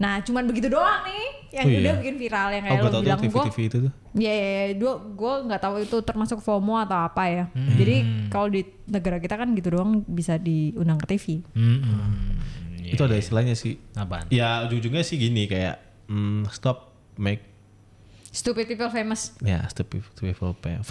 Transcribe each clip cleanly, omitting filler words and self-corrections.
Nah cuman begitu doang nih yang udah bikin viral yang kayak lo bilang TV itu tuh. Ya, gue nggak tahu itu termasuk FOMO atau apa ya. Jadi kalau di negara kita kan gitu doang bisa diundang ke TV. Itu ada istilahnya sih. Apaan? Ya ujung-ujungnya sih gini kayak stop make Stupid people famous. ya stupid people famous.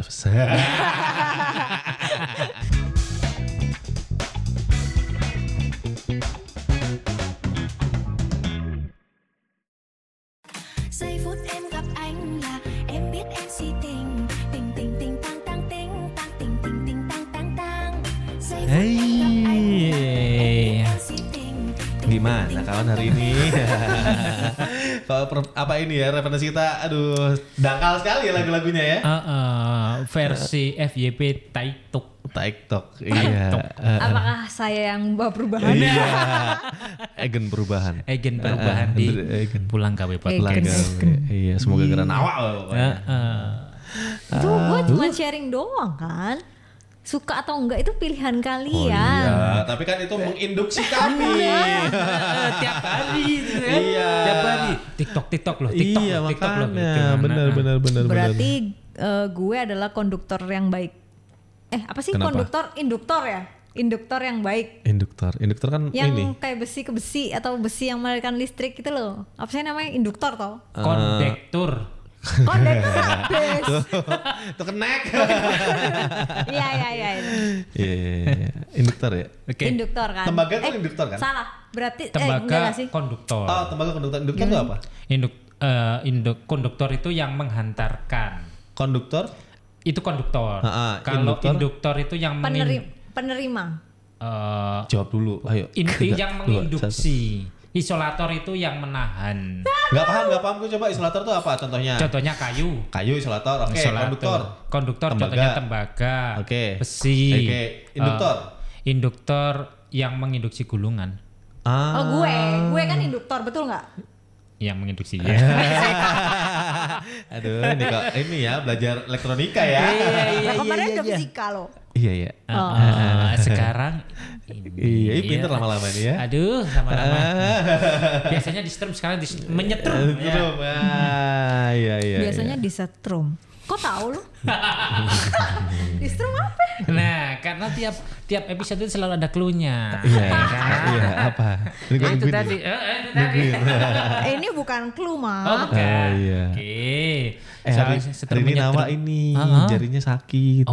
Giây phút em gặp anh là em biết em si tình tình tình tình tang tang ting tang tình tình tình tang tang tang. Giây phút em gặp anh là em si tình. Gimana kawan hari ini? Kalau apa ini ya referensi kita, aduh dangkal sekali ya lagu-lagunya ya. Versi FYP TikTok, iya. Apakah saya yang bawa perubahan? Iya. Agen perubahan di Agen. Pulang KW Pulang KW. Iya, semoga keren awak pokoknya. Itu gue cuma sharing doang kan. Suka atau enggak itu pilihan kalian. Iya, tapi kan itu menginduksi kami. Tiap hari gitu kan. Iya. Tiap hari TikTok loh. Iya, makanya benar. Berarti gue adalah konduktor yang baik. Apa sih? Kenapa? Konduktor, induktor ya? Induktor yang baik. Induktor kan Yang ini. kayak besi ke besi atau besi yang mengalirkan listrik gitu loh. Apa sih namanya? Induktor toh? Kondektur. Kondektor. Itu kenek. Iya. Iya. Induktor ya. Oke. Induktor kan? Tembaga kan induktor kan? Salah. Berarti Tembaga enggak sih? konduktor. Oh, tembaga konduktor. Induktor itu apa? Konduktor itu yang menghantarkan. Konduktor? Itu konduktor. Kalau induktor? induktor itu yang Penerima. Jawab dulu. Ayo. yang menginduksi. Isolator itu yang menahan. Gak paham gue coba isolator itu apa contohnya? Contohnya kayu. Kayu isolator. Oke, Konduktor Tembaga. contohnya tembaga. Oke. Besi. Oke, induktor. Induktor yang menginduksi gulungan. Oh gue kan induktor, betul nggak? Yang menginduksi ya. Aduh, ini ya belajar elektronika ya. Nah, kemarin udah fisika loh. Iya. Sekarang Iya, pinter lama-lama ini ya. Aduh, lama-lama. Biasanya di strum, sekarang menyetrum. Iya. Biasanya di setrum. Kok tahu lu? Di setrum apa? Nah, karena tiap episode itu selalu ada clue-nya. Iya, apa? Ini gue Itu tadi. Ini bukan clue mah. Oh, bukan. Iya. Oke. Hari ini Nawa ini jarinya sakit.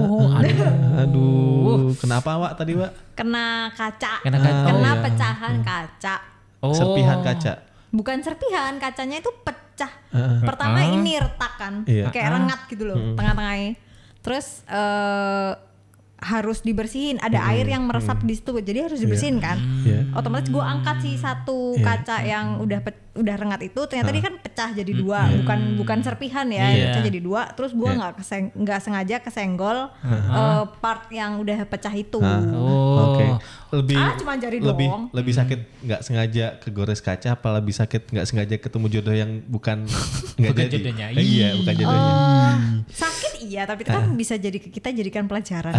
Aduh. Kenapa Wak tadi Wak? Kena kaca. Kena pecahan kaca. Serpihan kaca. Bukan serpihan, kacanya itu pecah. Pertama ini retak kan, kayak rengat gitu loh tengah-tengahnya. Terus harus dibersihin, ada air yang meresap di situ, jadi harus dibersihin kan. Otomatis gue angkat sih satu kaca yang udah rengat itu, ternyata dia kan pecah jadi dua, bukan serpihan ya, pecah jadi dua. Terus gue nggak sengaja kesenggol part yang udah pecah itu. Oke. Cuma jari doang. Lebih sakit nggak sengaja kegores kaca, apa lebih sakit nggak sengaja ketemu jodoh yang bukan nggak jadi? Jodohnya. Iya, bukan jodohnya. Sakit iya, tapi itu kan bisa jadi kita jadikan pelajaran.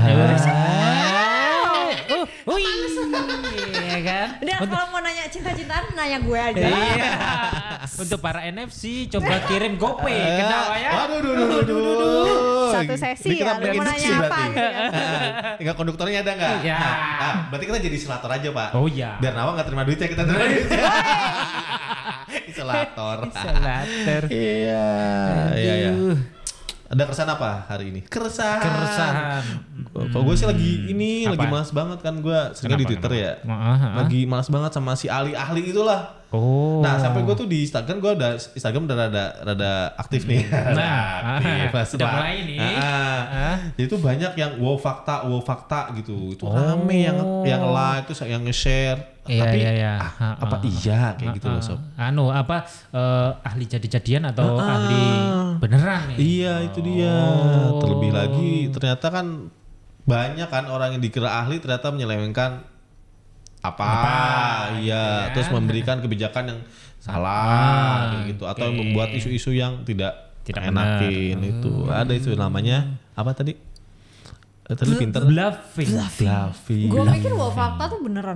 Iya kan? Udah kalau mau nanya cinta-cintaan nanya gue aja. Iya. Untuk para NFC coba kirim GoPay ke Nawa ya. Waduh. Satu sesi Ini kita ya, lu mau menginduksi nanya apa berarti. gitu kan. Tinggal konduktornya ada nggak? Iya. Nah, berarti kita jadi isolator aja Pak. Oh iya. Biar Nawa nggak terima duitnya, kita terima duitnya. Isolator. Iya. Ada keresahan apa hari ini? Keresahan. Kalau gue sih lagi lagi malas banget kan, gue seringnya di Twitter ya. Lagi malas banget sama si ahli itulah. Nah sampai gue tuh di Instagram, Instagram udah rada aktif nih. Sudah mulai nih. Jadi tuh banyak yang wow fakta gitu. Itu rame yang like terus yang nge-share. Tapi apa iya kayak gitu loh sob. Ahli jadi-jadian atau ahli beneran nih? Iya itu dia. Terlebih lagi ternyata kan banyak kan orang yang dikira ahli ternyata menyelewengkan iya, terus memberikan kebijakan yang salah kayak gitu, atau membuat isu-isu yang tidak enakin. Itu ada itu namanya apa tadi? Tadi pinter. Bluffing. Gue mikir wow fakta tuh beneran loh.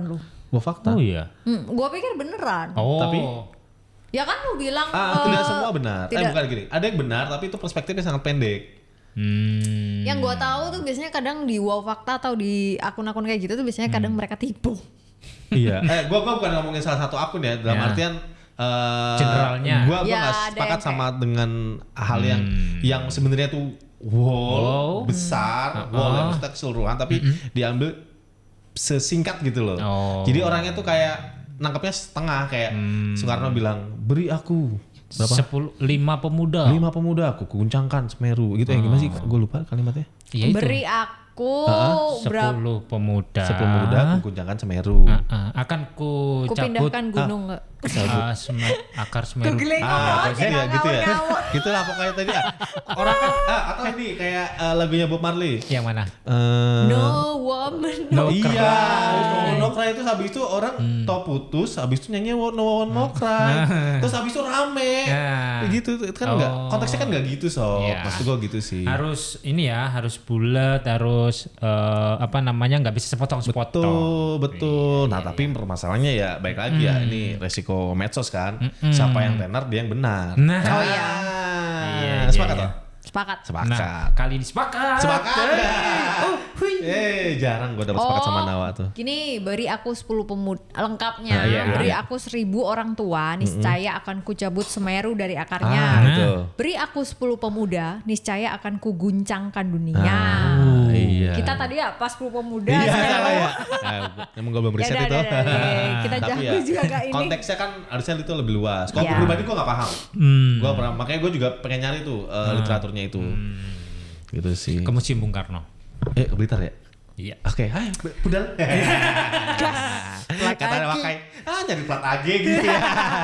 Wow fakta. Oh iya. Gua pikir beneran. Tapi ya kan lu bilang tidak semua benar. Bukan gini. Ada yang benar tapi itu perspektifnya sangat pendek. Yang gua tahu tuh biasanya kadang di Wow Fakta atau di akun-akun kayak gitu tuh biasanya kadang mereka tipu. Iya. Gua bukan ngomongin salah satu akun ya. Dalam artian generalnya. Gua nggak sepakat sama dengan hal yang sebenarnya tuh besar, yang maksudnya keseluruhan tapi diambil sesingkat gitu loh. Jadi orangnya tuh kayak nangkepnya setengah kayak Soekarno bilang beri aku berapa? 5 pemuda. 5 pemuda aku guncangkan Semeru gitu ya gimana sih? Gue lupa kalimatnya. Ya, itu. Beri aku 10 pemuda. 10 pemuda aku guncangkan Semeru. Akan ku cabut pindahkan gunung enggak? Akar Semeru. Gitu ya. Gitulah pokoknya tadi orang kan atau ini kayak lagunya Bob Marley. Yang mana? No woman no cry. Iya, no cry itu habis itu orang tau putus, habis itu nyanyi no one no cry. Terus habis itu rame. Gitu itu kan enggak konteksnya kan enggak gitu maksud gue gitu sih. Harus ini ya, harus bulat, harus nggak bisa sepotong-sepotong. Betul. Nah, tapi permasalahannya ya baik lagi ya ini resiko medsos kan. Siapa yang tenar dia yang benar. Sepakat toh? Sepakat. Nah, kali ini sepakat. Jarang gue dapat sepakat sama Nawa tuh. Gini, beri aku 10 pemuda lengkapnya. Beri aku 1000 orang tua, niscaya akan kucabut Semeru dari akarnya. Beri aku 10 pemuda, niscaya akan kuguncangkan dunia. Kita tadi apa 10 pemuda? Iya, salah ya. Emang gue belum riset itu. Kita jago juga gak ini. Konteksnya kan harusnya itu lebih luas. Kalau pribadi gue gak paham. Makanya gue juga pengen nyari tuh literaturnya itu. Gitu sih. Ke Museum Bung Karno. Blitar ya? Iya. Oke, ayo budal. Kata Wakai, nyari plat AG gitu ya.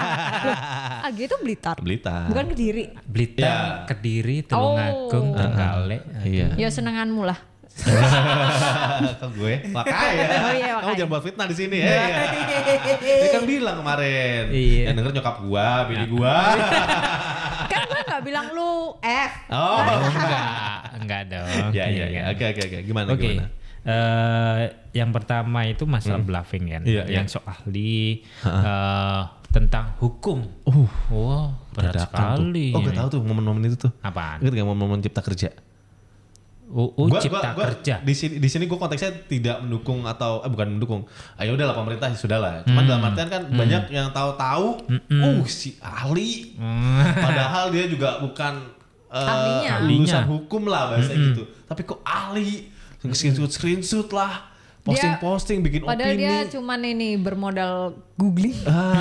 AG itu Blitar. Bukan Kediri. Blitar, Kediri, Tulungagung, Trenggalek. Iya. Ya senenganmu lah. Ke gue, Wakai ya. Kamu jangan buat fitnah di sini ya. Dia kan bilang kemarin, yang denger nyokap gua, bini gua. Kan gue gak bilang lu F. Enggak dong. Iya. Oke. Gimana? Yang pertama itu masalah bluffing kan. Yang soal ahli tentang hukum. Berat sekali. Gue tahu tuh momen-momen itu tuh. Apaan? Ingat gak momen-momen cipta kerja? Cipta kerja. Di sini gue konteksnya tidak mendukung atau bukan mendukung. Ya udahlah pemerintah sudahlah. Cuman dalam artian kan banyak yang tahu-tahu, si ahli. Padahal dia juga bukan lulusan hukum lah bahasa gitu. Tapi kok ahli, screenshot lah, posting bikin padahal opini. Padahal dia cuman ini bermodal googling.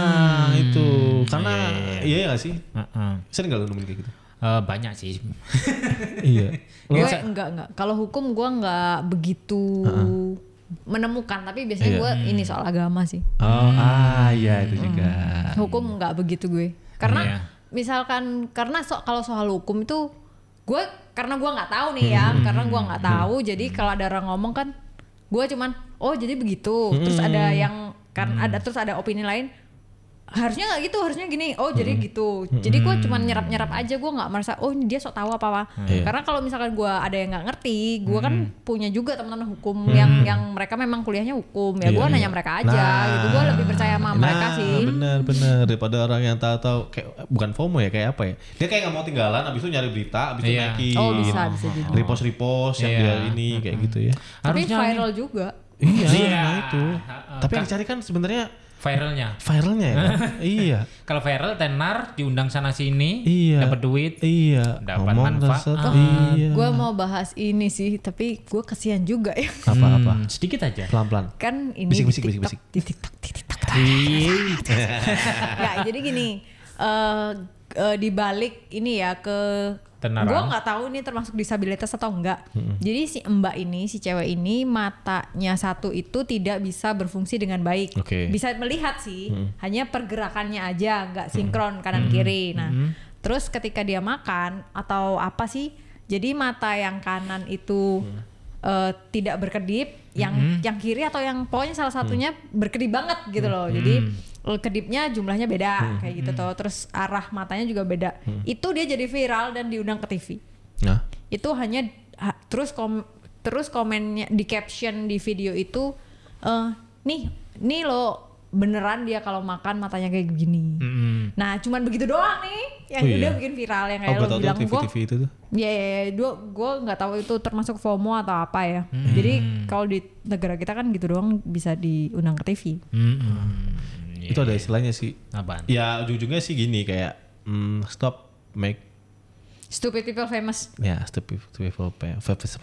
Itu karena iya nggak sih? Sering nggak lu nemuin kayak gitu? Banyak sih. Iya. Gue enggak. Kalau hukum gue enggak begitu menemukan, tapi biasanya gue ini soal agama sih. Iya itu juga. Hukum enggak begitu gue. Karena misalkan kalau soal hukum itu karena gue nggak tahu nih ya, karena gue nggak tahu. Jadi kalau ada orang ngomong kan, gue cuman jadi begitu. Terus ada yang terus ada opini lain. Harusnya nggak gitu, harusnya gini. Jadi gitu. Jadi gue cuma nyerap aja, gue nggak merasa ini dia sok tahu apa. Karena kalau misalkan gue ada yang nggak ngerti, gue kan punya juga teman-teman hukum yang mereka memang kuliahnya hukum. Ya gue nanya mereka aja gitu. Gue lebih percaya sama mereka sih. Benar daripada orang yang tahu kayak bukan FOMO ya, kayak apa ya? Dia kayak nggak mau tinggalan, abis itu nyari berita, abis itu naikin. Bisa jadi. Repost yang dia ini kayak gitu ya. Tapi viral juga. Iya, itu. Tapi yang dicari kan sebenarnya viralnya ya kan? Iya. Kalau viral tenar diundang sana sini, dapat duit, dapat manfaat. Gue mau bahas ini sih, tapi gue kasihan juga ya. Apa? Sedikit aja. Pelan-pelan. Kan ini bisik. di TikTok. Ya, jadi gini, di balik ini ya gue nggak tahu ini termasuk disabilitas atau enggak. Jadi si cewek ini matanya satu itu tidak bisa berfungsi dengan baik. Bisa melihat sih, hanya pergerakannya aja nggak sinkron kanan kiri. Nah, terus ketika dia makan atau apa sih, jadi mata yang kanan itu tidak berkedip, yang kiri atau yang pokoknya salah satunya berkedip banget gitu loh. Jadi kedipnya jumlahnya beda kayak gitu tuh. Terus arah matanya juga beda. Itu dia jadi viral dan diundang ke TV. Itu hanya terus komennya di caption di video itu, nih nih lo beneran dia kalau makan matanya kayak begini. Nah cuman begitu doang nih yang udah bikin viral yang kayak lo bilang TV itu tuh. Ya, gue nggak tahu itu termasuk FOMO atau apa ya. Jadi kalau di negara kita kan gitu doang bisa diundang ke TV. Itu ada istilahnya sih. Apaan? Ya ujung-ujungnya sih gini kayak stop make Stupid people famous. Ya, stupid people famous.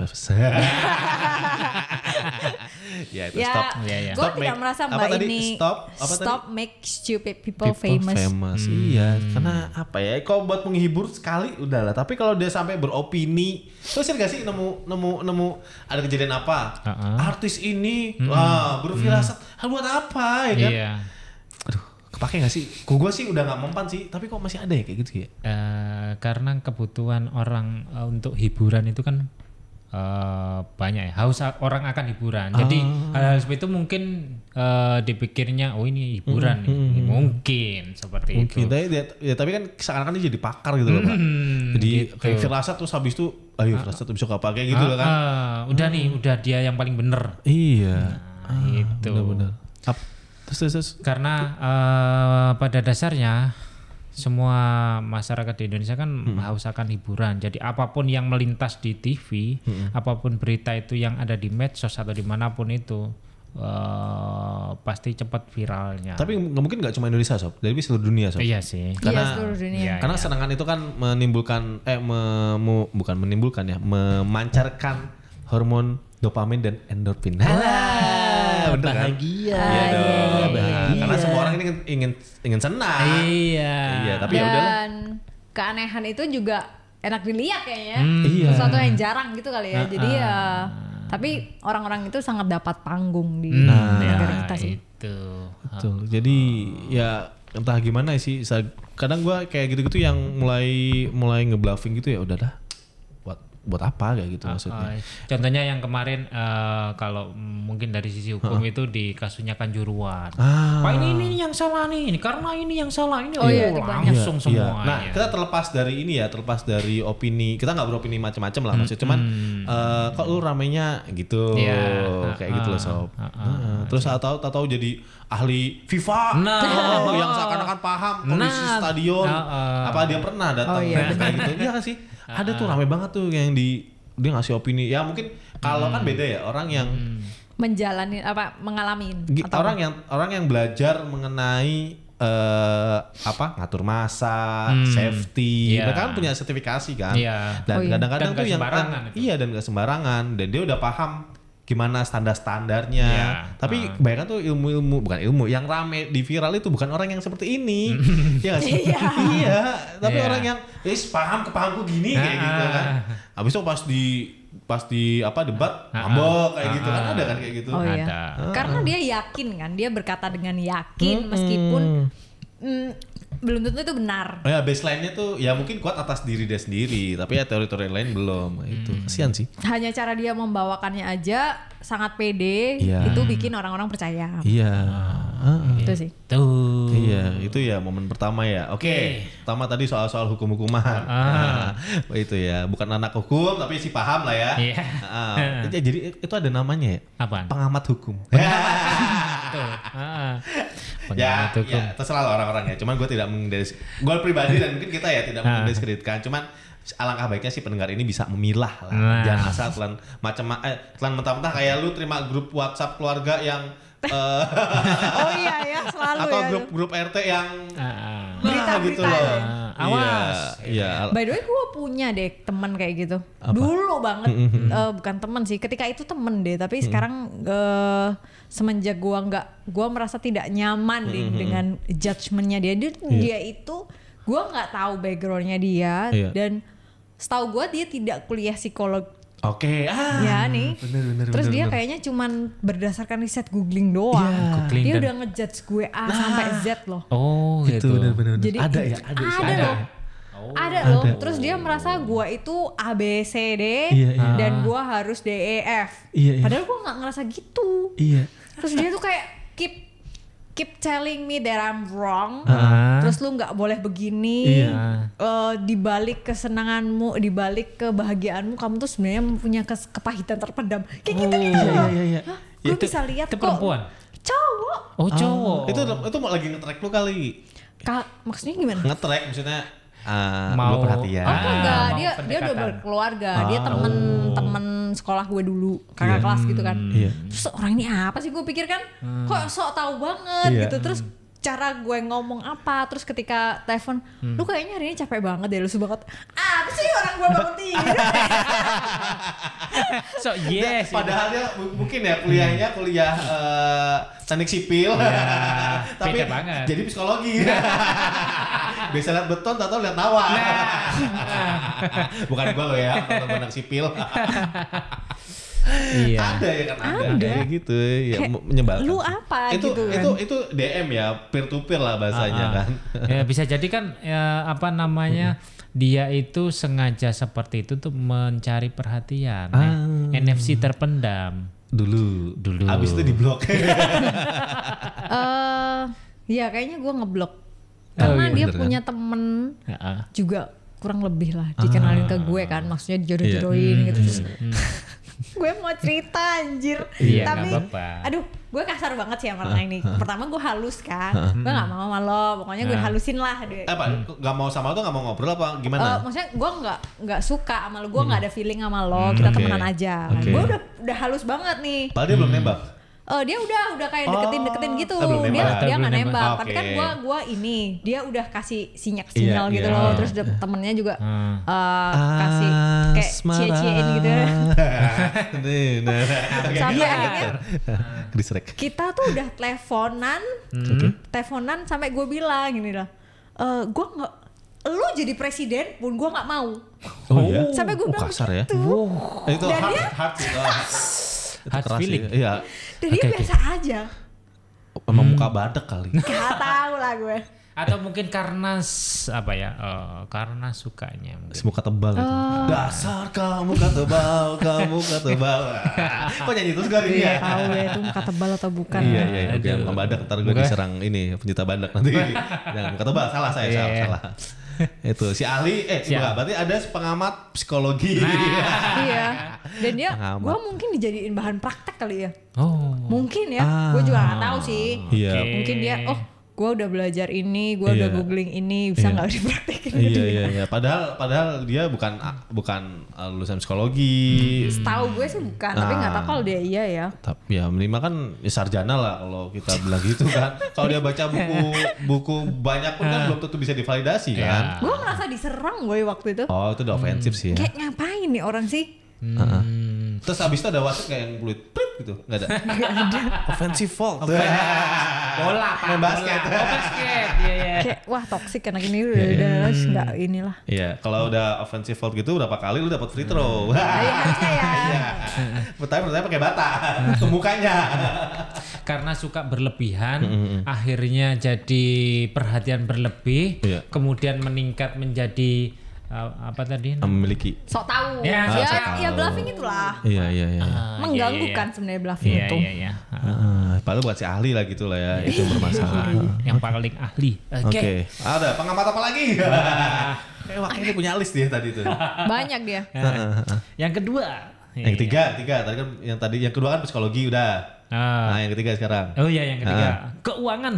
Ya itu stop. Gue tidak merasa mbak ini stop make stupid people famous. Iya, karena apa ya? Kalau buat menghibur sekali udahlah. Tapi kalau dia sampai beropini, terus gak sih nemu ada kejadian apa? Artis ini berfirasat, buat apa ya kan? Iya. Aduh, kepake gak sih? Gue sih udah gak mempan sih, tapi kok masih ada ya kayak gitu ya? Karena kebutuhan orang untuk hiburan itu kan banyak ya, haus orang akan hiburan. Jadi hal-hal seperti itu mungkin dipikirnya oh ini hiburan nih. Mungkin seperti itu. Tapi kan seakan-akan dia jadi pakar gitu loh Pak. Jadi gitu. Kayak firasat terus habis itu ayo firasat besok apa kayak gitu loh kan. Udah dia yang paling bener. Iya. Itu. Benar. Terus. Karena pada dasarnya semua masyarakat di Indonesia kan haus akan hiburan. Jadi apapun yang melintas di TV, apapun berita itu yang ada di medsos atau dimanapun itu pasti cepat viralnya. Tapi mungkin nggak cuma Indonesia Sob, dari seluruh dunia Sob. Iya sih. Karena seluruh dunia. Karena senangan itu kan menimbulkan bukan menimbulkan ya, memancarkan hormon dopamin dan endorfin. Bahagia. Iya dong. Karena semua orang ini ingin senang. Iya, tapi ya udahlah. Dan keanehan itu juga enak dilihat kayaknya. Iya. Sesuatu yang jarang gitu kali ya. Jadi ya tapi orang-orang itu sangat dapat panggung di negara kita sih. Itu. Betul. Jadi ya entah gimana sih. Kadang gue kayak gitu-gitu yang mulai ngebluffing gitu ya udahlah. Buat apa kayak gitu maksudnya. Contohnya yang kemarin kalau mungkin dari sisi hukum itu di kasusnya Kanjuruhan. Pak ini yang salah nih, karena ini yang salah ini. Langsung semua. Nah kita terlepas dari opini, kita nggak beropini macam-macam lah maksudnya. Cuman kok lu ramenya gitu, kayak gitu loh Sob. Terus atau jadi ahli FIFA yang seakan-akan paham kondisi stadion. Apa dia pernah datang kayak gitu? Iya kan sih. Ada tuh rame banget tuh yang dia ngasih opini. Ya mungkin kalau kan beda ya orang yang menjalani mengalami orang yang belajar mengenai ngatur masa, safety. Mereka kan punya sertifikasi kan. Dan kadang-kadang tuh yang dan gak sembarangan dan dia udah paham gimana standar-standarnya. Tapi kebanyakan tuh bukan ilmu yang rame di viral itu bukan orang yang seperti ini. Ya gak sih? Iya, tapi orang yang kepahamku gini kayak gitu kan. Habis itu pas di debat ngambek kayak gitu kan ada kan kayak gitu. Ada. Karena dia yakin kan, dia berkata dengan yakin meskipun belum tentu itu benar. Ya baseline-nya tuh ya mungkin kuat atas diri dia sendiri, tapi ya teori-teori lain belum. Itu kasihan sih. Hanya cara dia membawakannya aja sangat pede, itu bikin orang-orang percaya. Iya. Itu sih. Tuh. Iya, itu ya momen pertama ya. Oke. Pertama tadi soal hukum-hukuman. Itu ya, bukan anak hukum tapi sih paham lah ya. Jadi itu ada namanya ya? Apaan? Pengamat hukum. Ya, terserah lah orang-orang ya. Cuman gue tidak gue pribadi dan mungkin kita ya tidak mendiskreditkan. Cuman alangkah baiknya sih pendengar ini bisa memilah lah. Jangan asal telan mentah-mentah kayak lu terima grup WhatsApp keluarga yang selalu atau ya. grup RT yang berita-berita gitu loh. Awas. Iya. By the way gue punya deh teman kayak gitu. Dulu banget. Bukan teman sih. Ketika itu temen deh. Tapi sekarang semenjak gue merasa tidak nyaman dengan judgementnya dia. Dia itu gue nggak tahu backgroundnya dia dan setahu gue dia tidak kuliah psikolog. Oke. Ya nih. Bener, terus dia kayaknya cuman berdasarkan riset googling doang. Dia udah ngejudge gue A sampai Z loh. Oh gitu. Bener. Jadi ada loh. Ada loh. Terus dia merasa gue itu A B C D dan gue harus D E F. Padahal gue nggak ngerasa gitu. Terus dia tuh kayak keep telling me that I'm wrong. Terus lu nggak boleh begini. Di balik kesenanganmu, di balik kebahagiaanmu, kamu tuh sebenarnya punya kepahitan terpendam. Kayak gitu. Gue bisa lihat itu kok. perempuan. Cowok. Oh cowok. Itu lagi nge-track lu kali. Maksudnya gimana? Nge-track maksudnya mau perhatian. Enggak, dia udah berkeluarga. Dia temen sekolah gue dulu, kakak kelas gitu kan. Terus orang ini apa sih gue pikir kan? Kok sok tahu banget gitu. Terus cara gue ngomong apa, terus ketika telepon, lu kayaknya hari ini capek banget deh, lu banget. Apa sih orang gue bangun tidur? So yes. Padahal dia mungkin ya kuliah teknik sipil, tapi jadi psikologi. Biasa lihat beton, atau lihat nawa. Bukan gue loh ya, teman sipil. Iya. Ada ya kan ada kayak gitu ya, menyebalkan. Lu apa itu, gitu kan? Itu DM ya, peer to peer lah bahasanya kan. Ya bisa jadi kan ya, apa namanya dia itu sengaja seperti itu tuh mencari perhatian. NFC terpendam. Dulu. Abis itu diblok. Ya kayaknya gue ngeblok. Karena dia punya temen juga kurang lebih lah dikenalin ke gue kan, maksudnya dijodoh-jodohin gitu. Gue mau cerita anjir, tapi aduh gue kasar banget sih sama orang ini. Pertama gue halus kan, gue nggak mau sama lo, pokoknya gue halusin lah. Apa? Nggak mau sama lo tuh nggak mau ngobrol apa gimana? Maksudnya gue nggak suka sama lo, gue nggak ada feeling sama lo, kita temenan aja. Gue udah halus banget nih. Padahal dia belum nembak. Dia udah kayak deketin gitu. Dia nggak nembak. Tapi kan gue ini dia udah kasih sinyal gitu loh. Terus temennya juga kasih kayak cie-ciein gitu. Sampai akhirnya kita tuh udah teleponan sampai gue bilang gini lah. Gue nggak, lu jadi presiden pun gue nggak mau. Sampai gue bilang kasar ya. Itu hard feeling. Iya. Dan dia biasa aja. Emang muka badak kali. Gak tahu lah gue. Atau mungkin karena apa ya? Karena sukanya mungkin. Muka tebal gitu. Dasar kamu muka tebal. Kok nyanyi terus kali ini ya? Tahu ya itu muka tebal atau bukan. Iya. Muka badak, ntar gue diserang ini pencinta badak nanti. Jangan muka tebal, salah. Itu si ahli berarti ada pengamat psikologi. Iya. Dan dia gue mungkin dijadiin bahan praktek kali ya. Mungkin ya. Gue juga gak tahu sih. Mungkin dia gue udah belajar ini, gue udah googling ini, bisa nggak dipraktekin? Iya. Padahal dia bukan lulusan psikologi. Setahu gue sih bukan, tapi nggak tahu kalau dia iya ya. Tapi ya minimal kan sarjana lah kalau kita bilang gitu kan. Kalau dia baca buku banyak pun kan belum tentu bisa divalidasi kan. Gue merasa diserang gue waktu itu. Oh itu udah ofensif sih ya. Kayak ngapain nih orang sih? Terus abis itu ada wasit kayak yang peluit gitu, nggak ada. Offensive fault. Bola, main basket. Iya. Kayak wah toksik anak ini udah nggak inilah. Iya, kalau udah offensive fault gitu berapa kali lu dapat free throw? Harusnya ya. Pertanyaan pakai bata ke mukanya. Karena suka berlebihan, akhirnya jadi perhatian berlebih, kemudian meningkat menjadi apa tadi? Memiliki. Sok tahu. Ya bluffing itulah. Iya. Mengganggu kan sebenarnya bluffing itu. Iya. Padahal buat si ahli lah gitu lah ya, itu bermasalah. Yang paling ahli. Oke. Ada pengamat apa lagi? Kayaknya dia punya list dia tadi tuh. Banyak dia. Yang kedua. Yang ketiga. Tadi yang kedua kan psikologi udah. Nah yang ketiga sekarang. Oh iya yang ketiga. Keuangan.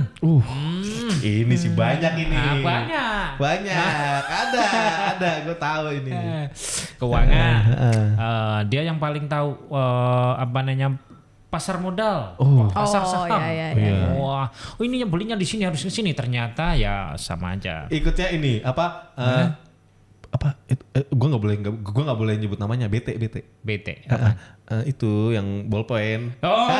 Ini sih banyak ini. Banyak. Ada. Gue tahu ini. Keuangan. Dia yang paling tahu apa namanya pasar modal, pasar saham. Iya. Wah, ini yang belinya di sini harus ke sini. Ternyata ya sama aja. Ikutnya ini apa? Gue nggak boleh nyebut namanya. BT. Apa? Itu yang ballpen.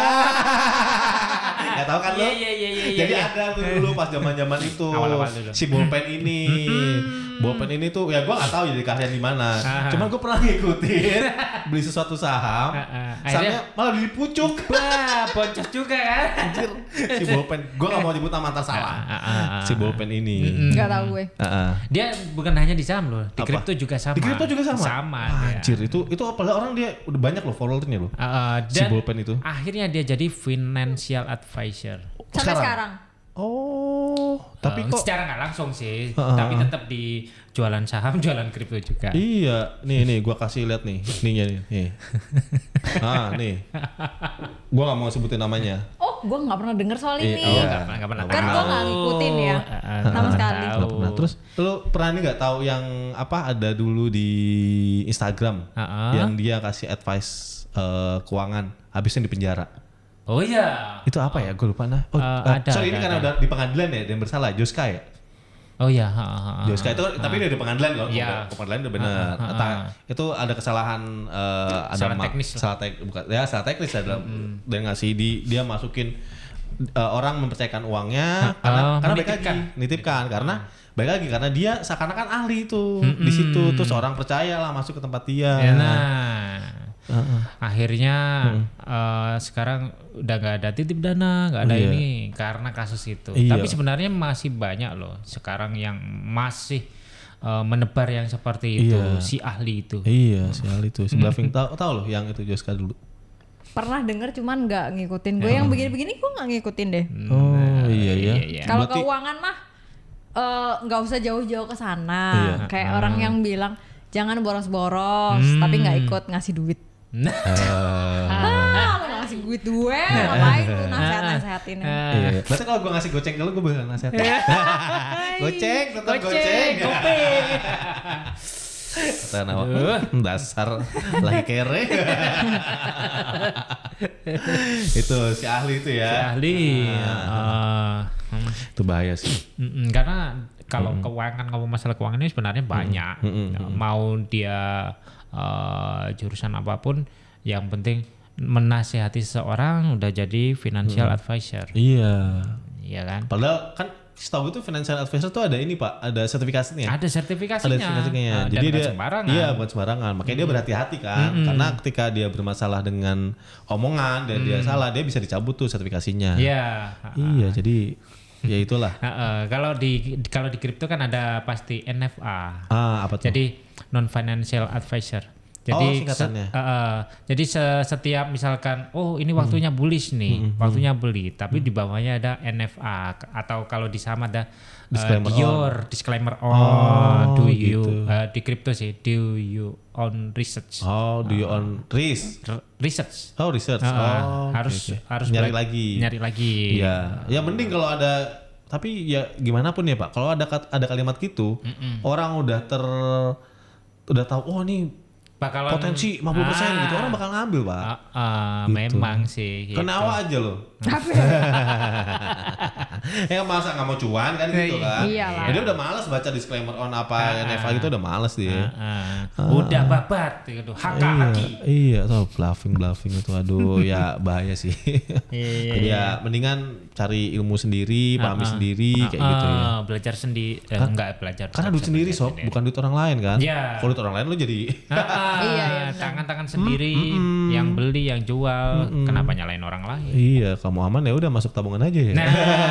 Gak tau kan lo? Iya. Jadi ada tuh dulu pas zaman itu Awal-awal dulu. si ballpen ini. Ballpen ini tuh ya gue gak tahu jadi keahlian di mana. Cuman gue pernah ngikutin beli sesuatu saham. Sahamnya malah beli pucuk. Wah, boncos juga kan? Anjir, si ballpen. Gue gak mau nyebut nama, ntar salah. Si ballpen ini. Gak tahu gue. Dia bukan hanya di saham loh, di kripto juga sama. Di kripto juga sama? Sama. Anjir, itu apalagi orang dia udah banyak loh followernya loh. Si ballpen itu. Akhirnya dia jadi financial advisor. Sampai sekarang. Tapi kok secara nggak langsung sih, tapi tetap di jualan saham, jualan kripto juga. Iya, nih gua kasih lihat nih. Nih. Nih. Gua nggak mau sebutin namanya. gue nggak pernah denger soal ini. Nggak pernah. Kan gue nggak ngikutin ya sama sekali. Nggak pernah. Terus lu pernah nih nggak tahu yang ada dulu di Instagram yang dia kasih advice keuangan habisnya di penjara. Oh iya. Itu apa ya? Gue lupa sorry ini karena udah di pengadilan ya dan bersalah Joska ya. Oh iya, Joska itu tapi dia di pengadilan loh. Iya. Pengadilan udah benar. Itu ada kesalahan salah teknis. Salah teknis dalam dan ngasih dia masukin orang mempercayakan uangnya karena baik lagi nitipkan karena baik lagi karena dia seakan-akan ahli itu di situ terus orang percaya lah masuk ke tempat dia. Akhirnya sekarang udah nggak ada titip dana, nggak ada ini karena kasus itu. Tapi sebenarnya masih banyak loh sekarang yang masih menebar yang seperti itu, si ahli itu. Iya, si ahli itu. Si Bluffing tahu loh yang itu Joska dulu. Pernah denger cuman nggak ngikutin. Gue yang begini-begini gue nggak ngikutin deh. Oh iya. Kalau keuangan mah nggak usah jauh-jauh ke sana. Kayak orang yang bilang jangan boros-boros, tapi nggak ikut ngasih duit. Lu ngasih duit gue, ngapain lu nasehatin? Iya. Berarti kalau gue ngasih goceng ke lu, gue bakal nasehatin. Goceng, tetap goceng. Kopi. Kata Nawa, dasar lagi kere. Itu si ahli itu ya. Si ahli. Itu bahaya sih. Karena kalau keuangan, ngomong masalah keuangan ini sebenarnya banyak. Mau dia jurusan apapun, yang penting menasihati seseorang udah jadi financial advisor. Iya kan. Padahal kan setahu itu financial advisor tuh ada ini Pak, ada sertifikasinya. Ada sertifikasinya. Jadi dia sembarangan. Iya, bukan sembarangan. Makanya dia berhati-hati kan, karena ketika dia bermasalah dengan omongan dan dia salah, dia bisa dicabut tuh sertifikasinya. Iya, jadi ya itulah. Kalau di kripto kan ada pasti NFA. Apa tuh? Jadi non financial advisor. Jadi singkatannya. Jadi setiap misalkan ini waktunya bullish nih, waktunya beli, tapi di bawahnya ada NFA atau kalau di saham ada disclaimer on. Do you di kripto sih do you on research. Do you on research. Research. Harus nyari lagi. Iya. Ya mending kalau ada, tapi ya gimana pun ya Pak, kalau ada kalimat gitu, orang udah tahu nih bakalan potensi 50% gitu, orang bakal ngambil Pak. Gitu. Memang sih. Kenawa aja loh. Ya masa nggak mau cuan kan gitu kan. Iyalah. Dia udah malas baca disclaimer on apa NFA gitu, udah malas dia. Udah babat gitu, haki. Iya, tuh bluffing itu, aduh ya bahaya sih. Jadi ya mendingan cari ilmu sendiri, pahami sendiri kayak gitu ya. Belajar sendiri, enggak belajar. Karena duit sendiri sob, bukan duit orang lain kan. Kalau duit orang lain lu jadi tangan-tangan sendiri, yang beli, yang jual, kenapa nyalain orang lain? Iya, kamu aman ya udah masuk tabungan aja ya.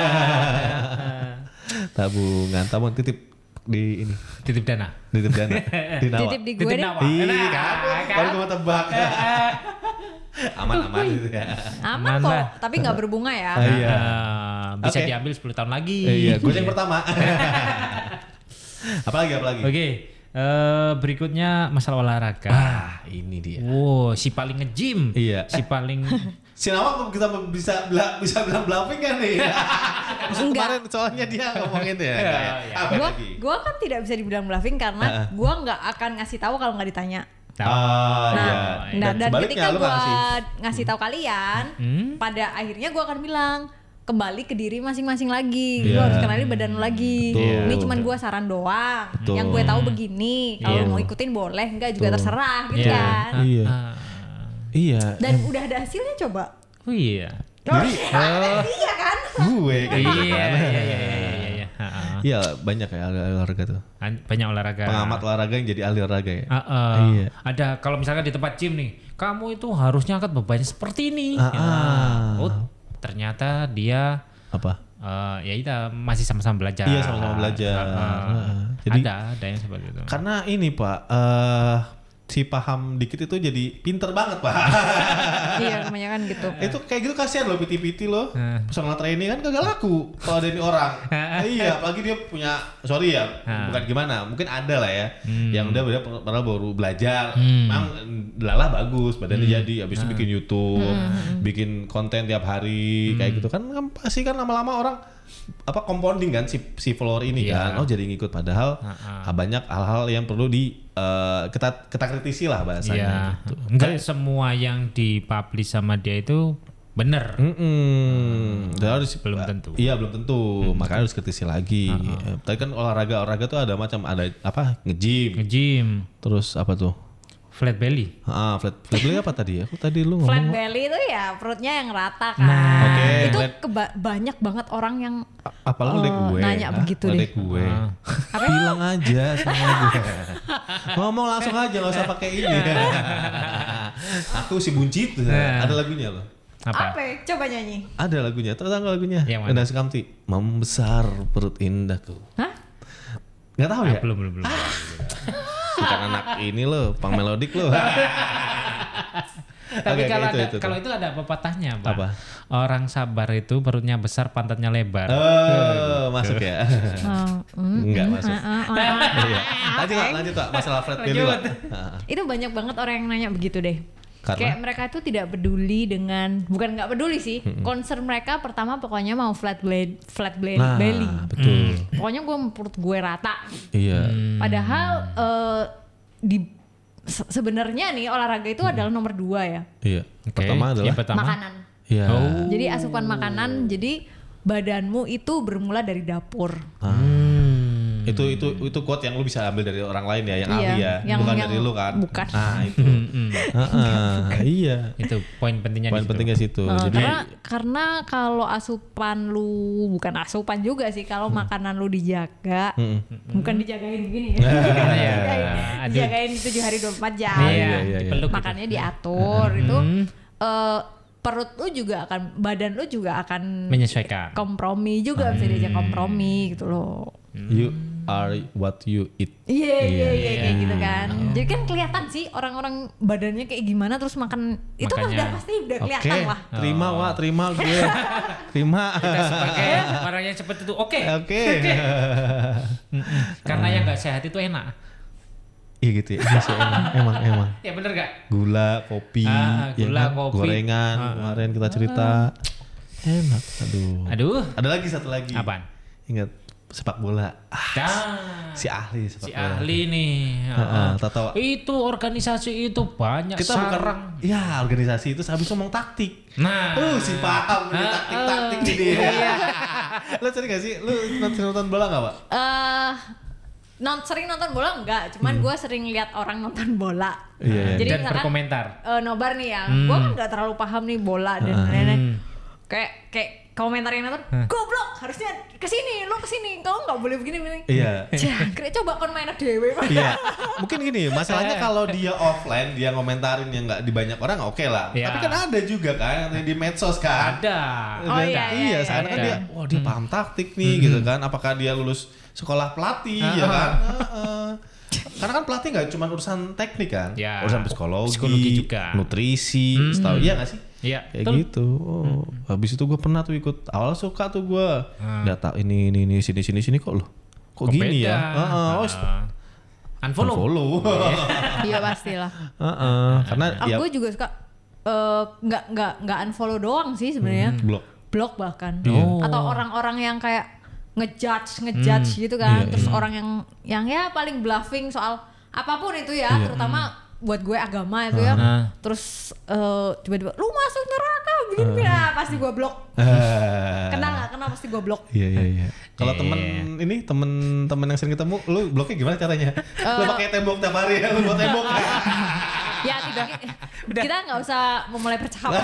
Tabungan titip di ini. Titip dana. Di Nawa. Titip di gue deh. Iya kan? Baru gue mau tebak. Aman gitu ya. Aman kok, tapi nggak berbunga ya. Bisa diambil 10 tahun lagi. Iya, gue yang pertama. Apalagi? Oke. Berikutnya masalah olahraga. Ini dia. Si paling nge-gym. Iya. Si paling Si Nawa kita bisa bilang bluffing kan nih. Kemarin soalnya dia ngomongin ya. Gue kan tidak bisa dibilang bluffing karena gue nggak akan ngasih tahu kalau nggak ditanya. Dan ketika gue ngasih tahu kalian, pada akhirnya gue akan bilang kembali ke diri masing-masing lagi. Lu harus kenali badan lu lagi. Ini cuman gue saran doang. Yang gue tahu begini. Kalau mau ikutin boleh, enggak juga terserah gitu kan. Iya. Dan udah ada hasilnya coba. Iya. Iya kan? Gue kan. Iya. Iya, banyak ya olahraga tuh. Banyak olahraga. Pengamat olahraga yang jadi ahli olahraga ya. Iya. Ada kalau misalkan di tempat gym nih, kamu itu harusnya angkat bebannya seperti ini. Ternyata dia apa? Ya itu masih sama-sama belajar. Iya, sama-sama belajar. Jadi ada yang seperti itu. Karena ini Pak, si paham dikit itu jadi pinter banget Pak. Iya kebanyakan gitu. Itu kayak gitu kasihan loh PT loh. Personal training kan kagak laku kalau ada ini orang. Iya, apalagi dia punya bukan gimana, mungkin ada lah ya yang udah baru belajar. Memang lalah bagus badannya jadi, habis itu bikin YouTube, bikin konten tiap hari kayak gitu kan pasti kan lama-lama orang compounding kan si follower ini kan. Oh jadi ngikut padahal banyak hal-hal yang perlu kita kritisi lah bahasanya gitu. Enggak semua yang dipublish sama dia itu bener. Belum tentu. Iya belum tentu. Makanya harus kritisi lagi. Tadi kan olahraga tuh ada macam, ada nge-gym. Terus apa tuh? Flat belly. Flat belly apa tadi? Aku tadi lu ngomong. Flat belly itu ya perutnya yang rata kan. Itu banyak banget orang yang apalagi gue nanya begitu deh. Gue. Bilang aja sama gue. Ngomong langsung aja, nggak usah pakai ini. Aku si buncit. Ada lagunya loh. Apa? Coba nyanyi. Ada lagunya. Tahu nggak lagunya? Endang Sukamti. Membesar perut indahku. Hah? Nggak tahu ya? Belum. Bukan anak ini loh, pang melodik loh. Tapi kalau itu ada pepatahnya, Pak. Apa? Orang sabar itu perutnya besar, pantatnya lebar. Masuk ya? Enggak masuk. Lanjut Pak, masalah flat belly Pak. Itu banyak banget orang yang nanya begitu deh. Karena? Kayak mereka itu tidak peduli dengan, bukan nggak peduli sih, concern mereka pertama pokoknya mau flat belly. Betul. Pokoknya perut gue rata. Iya. Padahal sebenarnya nih olahraga itu adalah nomor 2 ya. Iya. Pertama adalah makanan. Iya. Jadi asupan makanan, jadi badanmu itu bermula dari dapur. Itu quote yang lu bisa ambil dari orang lain ya, yang ahli ya, bukan dari lu kan? Bukan. Itu. Iya. Itu poin pentingnya. Situ. Jadi karena kalau asupan lu, bukan asupan juga sih, kalau makanan lu dijaga, bukan dijagain begini ya. Dijagain 7 hari 24 jam. Makannya diatur itu perut lu juga akan, badan lu juga akan menyesuaikan. Kompromi juga bisa diajak kompromi gitu loh. You are what you eat. Iya kayak gitu kan. Jadi kan kelihatan sih orang-orang badannya kayak gimana terus makan itu kan pasti udah kelihatan lah. Terima gue. Terima. Kita sebagai orang yang seperti itu oke. Karena yang nggak sehat itu enak. Iya gitu ya. Masih emang. Ya bener gak? Gula, kopi, kopi, gorengan kemarin kita cerita. Enak. Aduh. Ada lagi satu lagi. Apaan? Ingat sepak bola. Si ahli sepak bola. Ahli nih. Tahu. Itu organisasi itu banyak kita sarang. Ya organisasi itu habis ngomong taktik. Nah. Si paham nih taktik ini. Lo sering gak sih? Lo nonton bola gak Pak? Sering nonton bola enggak, cuman gue sering lihat orang nonton bola. Jadi dan berkomentar. Nobar nih ya, gue kan nggak terlalu paham nih bola dan lain-lain. Kayak komentar yang nonton, goblok harusnya kesini, lo kesini, kau nggak boleh begini. Iya. Jangan, coba kon main dewe. Iya. Mungkin gini, masalahnya kalau dia offline, dia ngomentarin yang nggak di banyak orang, oke lah. Tapi kan ada juga kan yang di medsos kan. Ada. Iya. Sekarang kan dia paham taktik nih gitu kan. Apakah dia lulus sekolah pelatih ya kan? Karena kan pelatih nggak cuma urusan teknik kan, urusan psikologi juga, nutrisi, setahu iya nggak sih? Iya. Kayak gitu. Habis itu gue pernah tuh ikut. Awal suka tuh gue. Data ini sini kok gini ya? Unfollow. Iya pastilah. Karena gue juga suka nggak unfollow doang sih sebenarnya. Blok bahkan. Atau orang-orang yang kayak ngejudge gitu kan. Terus orang yang ya paling bluffing soal apapun itu ya, terutama buat gue agama itu ya. Terus tiba-tiba lu masuk neraka begini ya, pasti gue blok. Kenal pasti gue blok. Iya. Kalau temen yang sering ketemu, lu bloknya gimana caranya? Lu pakai tembok tiap hari ya, lu buat tembok. Ya kita nggak usah memulai percakapan.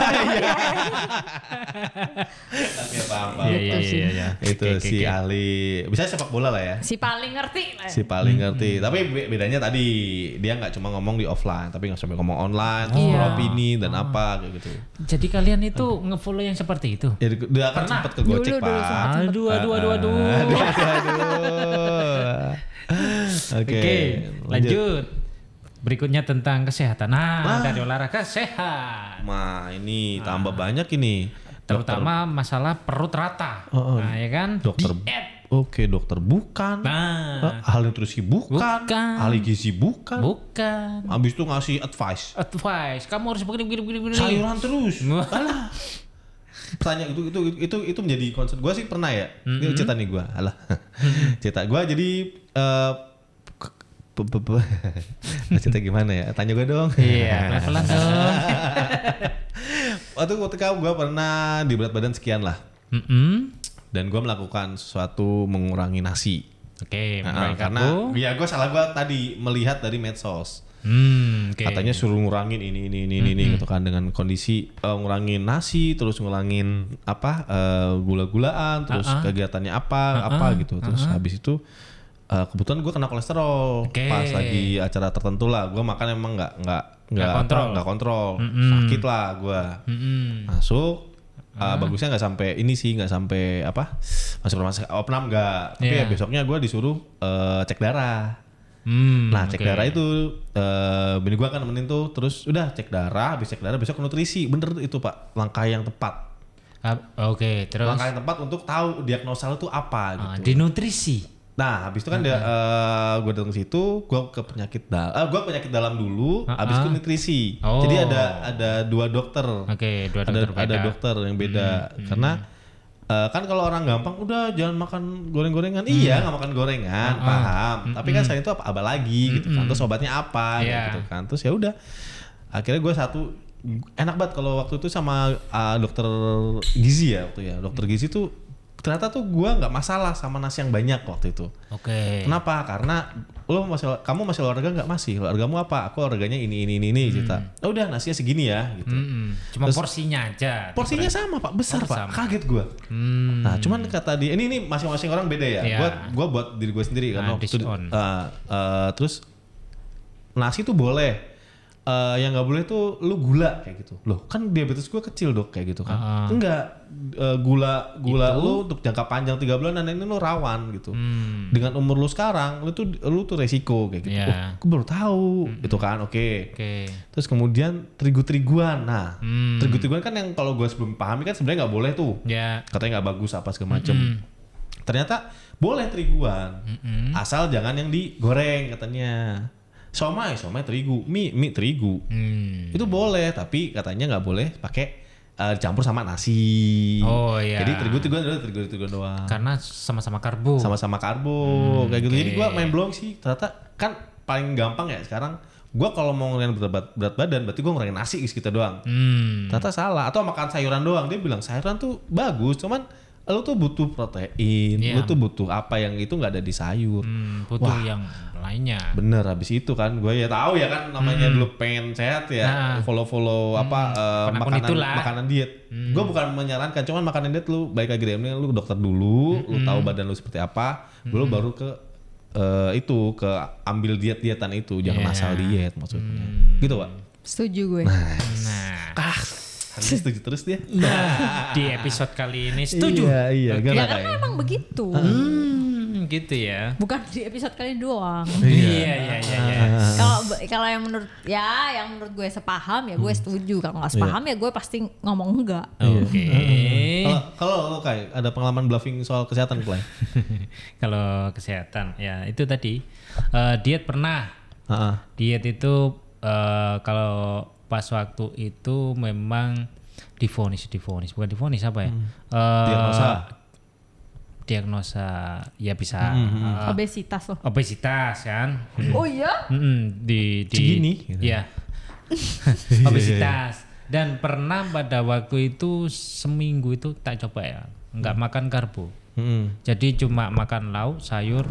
Paham. Iya. Itu si ahli, bisa sepak bola lah ya. Si paling ngerti. Tapi bedanya tadi dia nggak cuma ngomong di offline, tapi nggak sampai ngomong online, beropini dan apa kayak gitu. Jadi kalian itu ngefollow yang seperti itu? Ya, dia akan sempat ke Gojek Pak. Aduh. Oke, lanjut. berikutnya tentang kesehatan. Dari olahraga sehat. Ini tambah banyak ini. Terutama masalah perut rata. Nah, ya kan? Dokter diet. Oke, dokter bukan. Ahli nutrisi bukan. Ahli gizi bukan. Habis itu ngasih advice. Kamu harus begini. Sayuran terus. Alah. Pertanyaan itu menjadi concern gue sih pernah ya. Ini cerita nih gue. Alah. Cerita gue jadi cerita gimana ya? Tanya gue dong. Iya, pelan-pelan dong. Waktu ketika gue pernah di berat badan sekian lah. Dan gue melakukan sesuatu mengurangi nasi. Oke, karena ya gue tadi melihat dari medsos. Katanya suruh ngurangin ini gitu kan, dengan kondisi ngurangin nasi, terus ngurangin gula-gulaan, terus kegiatannya apa gitu. Terus habis itu kebetulan gue kena kolesterol pas lagi acara tertentu lah. Gue makan emang nggak kontrol. Sakit lah gue. Masuk. Bagusnya nggak sampai masuk rumah sakit opnam nggak, tapi ya besoknya gue disuruh cek darah. Cek darah itu bini gue kan nemenin tuh, terus udah cek darah, habis cek darah besok ke nutrisi. Bener itu Pak, langkah yang tepat. Terus langkah yang tepat untuk tahu diagnosa lu tuh apa gitu. Di nutrisi. Nah, habis itu kan gue datang ke situ, gue ke penyakit dalam dulu, habis itu nutrisi. Jadi ada dua dokter. Dua dokter beda. Ada dokter yang beda. Karena kan kalau orang gampang udah jangan makan goreng-gorengan. Iya, nggak makan gorengan, paham. Tapi kan selain itu apa lagi gitu kan. Terus obatnya apa gitu kan. Terus ya udah. Akhirnya gue enak banget kalau waktu itu sama dokter gizi ya waktu ya. Dokter gizi tuh ternyata tuh gue nggak masalah sama nasi yang banyak waktu itu. Kenapa? Karena kamu masih olahraga nggak? Masih. Olahragamu apa? Aku olahraganya ini cerita. Udah nasinya segini ya gitu. Cuma terus, porsinya aja. Porsinya sama Pak, besar Pak. Kaget gue. Nah cuman kata dia ini masing-masing orang beda ya. Gue buat diri gue sendiri kan. Terus nasi tuh boleh. Yang nggak boleh tuh lu gula kayak gitu. Loh kan diabetes gue kecil Dok kayak gitu kan. Enggak, gula lu untuk jangka panjang 3 bulan ini lu rawan gitu. Dengan umur lu sekarang lu tuh resiko kayak gitu. Gue baru tahu gitu kan. Oke. Terus kemudian terigu-teriguan. Nah terigu-teriguan kan yang kalau gue sebelum pahami kan sebenarnya nggak boleh tuh. Katanya nggak bagus apa segala macem. Ternyata boleh teriguan. Asal jangan yang digoreng katanya. Somai terigu, mie terigu. Itu boleh, tapi katanya nggak boleh pakai dicampur sama nasi. Jadi terigu doang. Karena sama-sama karbo. Kayak gitu. Jadi gue main blowing sih. Ternyata kan paling gampang ya sekarang. Gue kalau mau ngurangin berat badan, berarti gue ngurangin nasi gitu doang. Ternyata salah. Atau makan sayuran doang. Dia bilang sayuran tuh bagus, cuman lu tuh butuh protein, lu tuh butuh apa yang itu nggak ada di sayur. Butuh yang lainnya. Bener, habis itu kan gue ya tahu ya kan namanya dulu pengen sehat ya, follow makanan diet. Gue bukan menyarankan, cuman makanan diet lu baik lagi deh, lu ke dokter dulu, lu tahu badan lu seperti apa, lu baru ke ke ambil diet-dietan itu, jangan asal diet maksudnya. Gitu Pak. Setuju gue. Setuju terus dia. Di episode kali ini setuju. Iya. Ya kan memang begitu. Gitu ya. Bukan di episode kali doang. Iya. Kalau yang menurut gue sepaham ya gue setuju. Kalau nggak sepaham ya gue pasti ngomong enggak. Kalau lo kayak ada pengalaman bluffing soal kesehatan Clay? Kalau kesehatan ya itu tadi diet pernah. Diet itu kalau pas waktu itu memang divonis bukan divonis apa ya? Diagnosa ya bisa obesitas kan. Oh iya? Di segini gitu. Ya. Obesitas. Dan pernah pada waktu itu seminggu itu tak coba ya, nggak makan karbo. Jadi cuma makan lauk, sayur,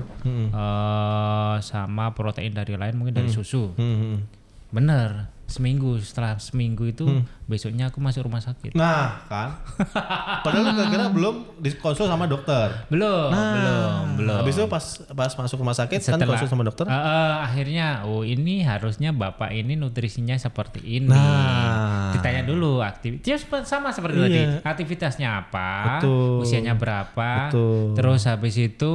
sama protein dari lain, mungkin dari susu. Bener. Setelah seminggu itu besoknya aku masuk rumah sakit. Nah kan, padahal kira-kira belum dikonsul sama dokter. Belum. Habis itu pas masuk rumah sakit setelah, kan konsul sama dokter. Akhirnya, ini harusnya bapak ini nutrisinya seperti ini. Ditanya dulu aktivitas sama seperti tadi. Aktivitasnya apa? Betul. Usianya berapa? Betul. Terus habis itu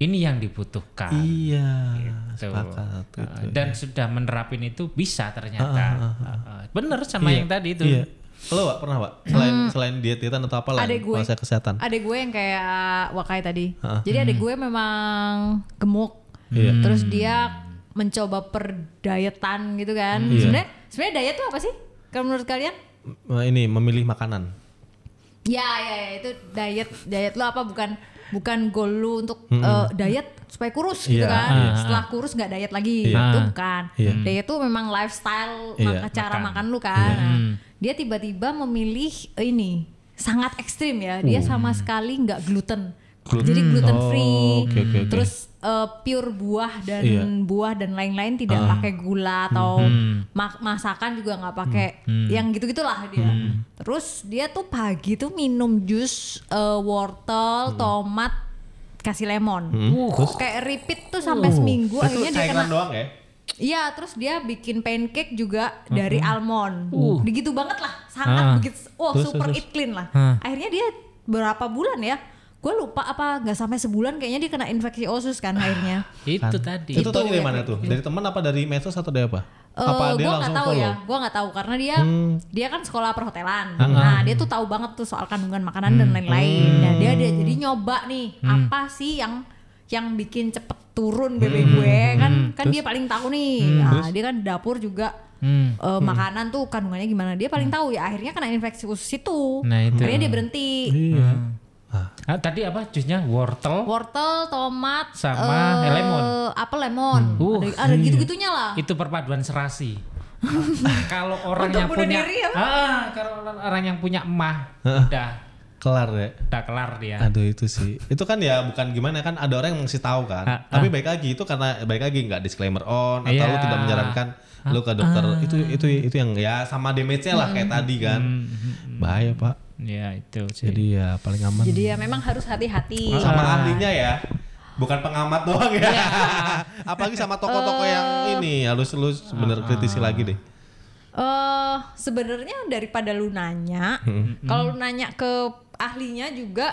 ini yang dibutuhkan. Iya. Gitu. Sepakat. Dan sudah menerapin itu bisa ternyata. Bener sama yang tadi itu. Iya. Lo Wak, pernah Wak? Selain diet-dietan atau apa lain? Masa kesehatan? Adek gue yang kayak Wakai tadi. Jadi adek gue memang gemuk. Terus dia mencoba perdietan gitu kan. Sebenarnya diet itu apa sih? Kalau menurut kalian? Ini memilih makanan. Ya itu diet lo apa bukan goal lu untuk diet supaya kurus gitu kan. Setelah kurus nggak diet lagi, itu bukan. Diet itu memang lifestyle cara makan lu kan. Nah, dia tiba-tiba memilih ini sangat ekstrim ya. Dia sama sekali nggak gluten. Jadi gluten free. Terus pure buah dan lain-lain tidak pakai gula atau masakan juga nggak pakai yang gitu-gitulah dia. Terus dia tuh pagi tuh minum jus wortel, tomat, kasih lemon. Kayak repeat tuh sampai seminggu. Akhirnya dia kena doang ya? Iya, terus dia bikin pancake juga dari almond. Begitu banget lah, sangat begitu. Super eat clean lah. Akhirnya dia berapa bulan ya? Gue lupa apa nggak sampai sebulan kayaknya dia kena infeksi usus kan akhirnya. Itu tadi. Itu tau dari mana tuh? Dari teman apa dari medsos atau dari apa? Apa dia langsung follow? Gue nggak tahu karena dia kan sekolah perhotelan. Nah dia tuh tahu banget tuh soal kandungan makanan dan lain-lain. Nah dia jadi nyoba nih apa sih yang bikin cepet turun BB gue kan dia paling tahu nih. Nah dia kan dapur juga. Makanan tuh kandungannya gimana dia paling tahu ya akhirnya kena infeksi usus itu. Nah, itu. Akhirnya dia berhenti. Tadi apa jusnya? Wortel, tomat, sama lemon. Apel lemon. Ada gitu-gitunya lah. Itu perpaduan serasi. Kalau orang yang punya kalau orang yang punya emah udah kelar ya. Udah kelar dia. Aduh itu sih. Itu kan ya bukan gimana kan ada orang yang ngasih tahu kan. Tapi baik lagi itu karena baik lagi enggak disclaimer on atau lu tidak menyarankan lu ke dokter. Itu yang ya sama damage-nya lah kayak tadi kan. Bahaya, Pak. Ya itu sih. Jadi ya paling aman. Jadi ya memang harus hati-hati. Sama ahlinya ya. Bukan pengamat doang ya. Apalagi sama toko-toko yang ini harus lu bener kritisi lagi deh. Sebenarnya daripada lu nanya, kalau lu nanya ke ahlinya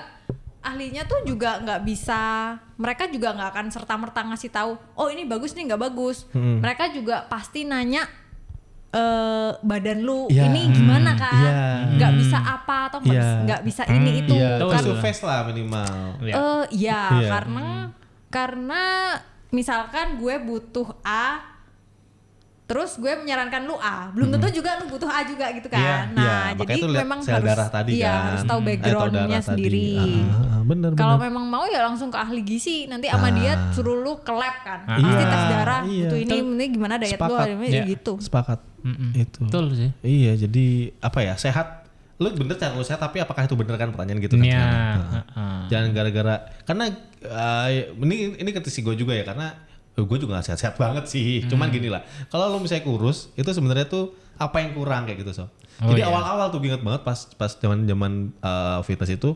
tuh juga nggak bisa, mereka juga nggak akan serta-merta ngasih tahu, oh ini bagus nih nggak bagus. Mereka juga pasti nanya badan lu ini gimana kan, nggak bisa apa atau nggak bisa ini itu. Kan surface lah minimal. Karena misalkan gue butuh A, terus gue menyarankan lu A, belum tentu juga lu butuh A juga gitu kan. Jadi memang harus tahu backgroundnya sendiri. Bener. Kalau memang mau ya langsung ke ahli gizi, nanti sama dia suruh lu ke lab kan. Pasti tes darah, butuh ini gimana diet lu gitu. Sepakat. Itu. Betul sih. Iya, jadi apa ya, sehat. Lu bener cara lu sehat, tapi apakah itu bener kan pertanyaan gitu kan. Jangan gara-gara karena ini kritisi gue juga ya, karena gue juga gak sehat-sehat banget sih. Cuman gini lah, kalau lo misalnya kurus itu sebenarnya tuh apa yang kurang kayak gitu Jadi awal-awal tuh inget banget pas zaman fitness itu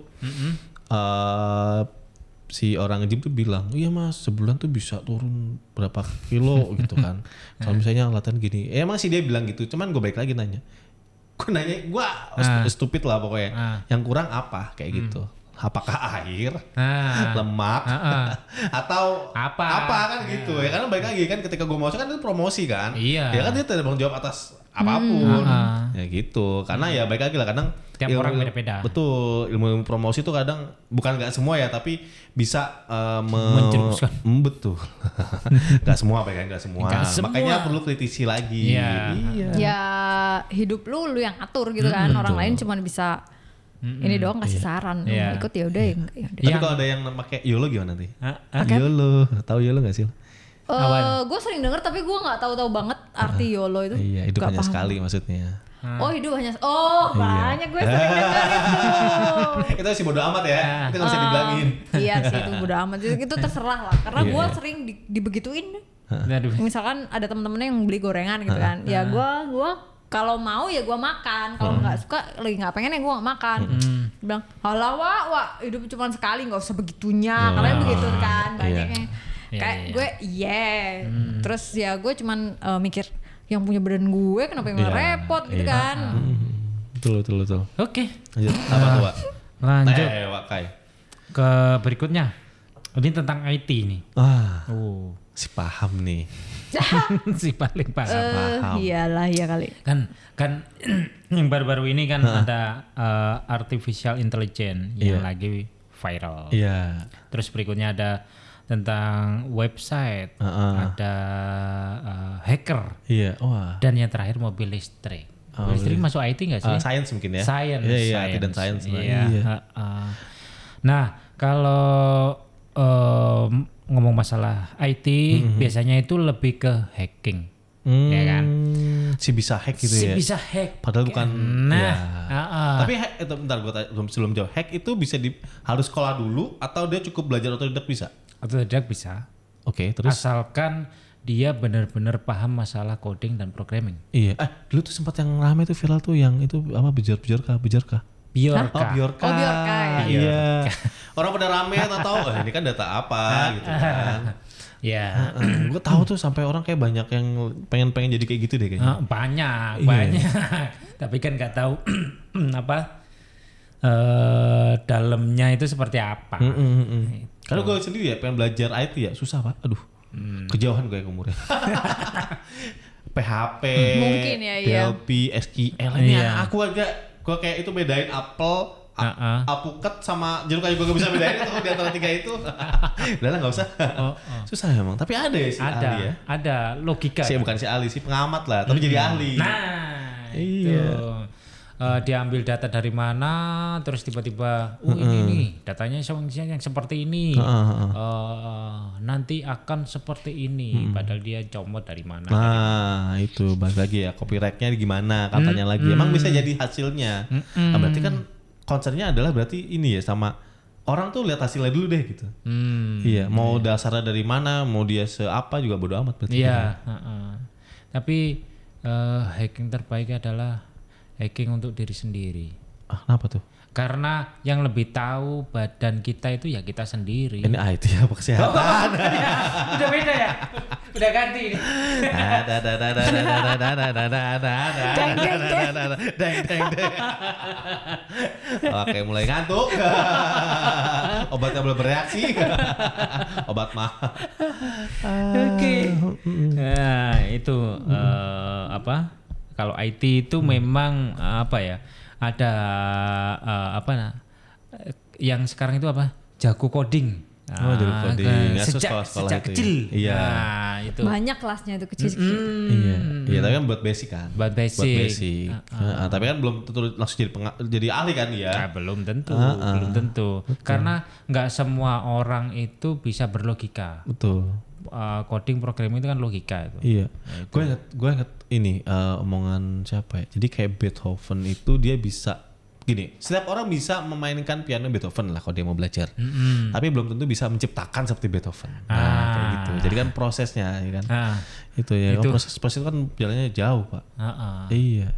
si orang nge-gym tuh bilang, iya mas sebulan tuh bisa turun berapa kilo gitu kan. Kalau misalnya latihan gini, emang sih dia bilang gitu. Cuman gue balik lagi nanya, gue stupid lah pokoknya. Yang kurang apa kayak gitu. Apakah air, lemak, atau apa kan gitu ya. Karena balik lagi kan ketika gue masuk kan itu promosi kan. Ya kan dia tidak bertanggung jawab atas apapun. Ya gitu. Karena ya balik lagi lah, kadang tiap orang beda-beda. Betul, ilmu promosi itu kadang bukan gak semua ya, tapi bisa menjerumuskan. Betul. Gak semua, gak semua. Makanya perlu kritisi lagi. Ya hidup lu yang atur gitu kan. Orang lain cuma bisa ini doang kasih saran, ikut ya udah ya. Tapi kalau ada yang pakai YOLO gimana nanti? YOLO, tahu YOLO nggak sih? Gue sering denger tapi gue nggak tahu banget arti YOLO itu. Iya, hidup hanya sekali maksudnya. Hidup hanya banyak gue sering denger itu. Itu sih bodo amat ya, itu nggak bisa dibilangin. Iya sih itu bodo amat, itu terserah lah. Karena gue sering dibegituin. Misalkan ada temen-temen yang beli gorengan gitu kan, ya gue kalau mau ya gue makan, kalau nggak suka lagi nggak pengen ya gue nggak makan. Bilang, halah Wak, hidup cuma sekali, nggak usah begitunya, kalian begitu kan banyaknya. Kayak gue terus ya gue cuman mikir yang punya badan gue kenapa yang repot gitu kan. Betul. Oke. Lanjut, apa tuh Wak? Lanjut. Wak Kai. Ke berikutnya. Ini tentang IT nih. Si paham nih. Si paling paham. Iyalah ya kali. Kan yang baru-baru ini kan ada artificial intelligence yang lagi viral. Iya. Terus berikutnya ada tentang website, ada hacker. Iya. Wah. Dan yang terakhir mobil listrik. Mobil listrik masuk IT nggak sih? Science mungkin ya. Science. Iya, dan science. Iya. Nah, kalau ngomong masalah IT, biasanya itu lebih ke hacking, ya kan? Si bisa hack gitu si ya. Bisa hack. Padahal bukan. Nah, tapi hack itu bentar sebelum jauh. Hack itu bisa harus sekolah dulu atau dia cukup belajar otodidak bisa? Otodidak bisa. Oke, terus asalkan dia benar-benar paham masalah coding dan programming. Iya. Dulu tuh sempat yang rame tuh viral tuh yang itu apa Bjorka. Bjorka. Bjorka ya. Iya. Orang pada rame tahu ini kan data apa gitu kan. Ya. Gue tahu tuh sampai orang kayak banyak yang pengen jadi kayak gitu deh kayaknya. Banyak. Tapi kan nggak tahu apa dalamnya itu seperti apa. Karena gue sendiri ya pengen belajar IT ya susah Pak. Aduh. Kejauhan gue umurnya. PHP, mungkin ya, DLP, SQL ini aku gue kayak itu bedain apel, alpukat sama jeruk aja gue gak bisa bedain itu di antara tiga itu. Udah lah nggak usah. Susah emang. Tapi ada ya si ahli ya. Ada logika. Bukan si ahli, si pengamat lah. Tapi jadi ahli. Nah, iya. Dia ambil data dari mana, terus tiba-tiba, ini nih datanya yang seperti ini, nanti akan seperti ini, padahal dia comot dari mana. Nah itu balik lagi ya, copyrightnya gimana katanya lagi, emang bisa jadi hasilnya. Nah, berarti kan concernnya adalah berarti ini ya sama orang tuh lihat hasilnya dulu deh gitu. Iya, mau dasarnya dari mana, mau dia seapa juga bodo amat berarti. Iya. Tapi hacking terbaik adalah hacking untuk diri sendiri. Kenapa tuh? Karena yang lebih tahu badan kita itu ya kita sendiri. Ini IT apa kesehatan? Udah beda ya? Udah ganti ini. Oke, mulai ngantuk. Obatnya belum bereaksi. Obat mahal. Oke. Nah, itu apa? Kalau IT itu memang apa ya? Ada yang sekarang itu apa? Jago coding. Jago coding. Sejak kecil. Iya. Nah, itu. Banyak kelasnya itu kecil-kecil. Iya, tapi kan buat basic kan. Buat basic. Tapi kan belum tentu langsung jadi ahli kan ya. Nah, belum tentu. Betul. Karena nggak semua orang itu bisa berlogika. Betul. Coding programming itu kan logika itu. Iya. Gue inget ini omongan siapa ya? Jadi kayak Beethoven itu dia bisa gini. Setiap orang bisa memainkan piano Beethoven lah kalau dia mau belajar. Tapi belum tentu bisa menciptakan seperti Beethoven. Kayak gitu. Jadi kan prosesnya, ya kan. Itu ya. Proses itu kan jalannya jauh Pak. Iya.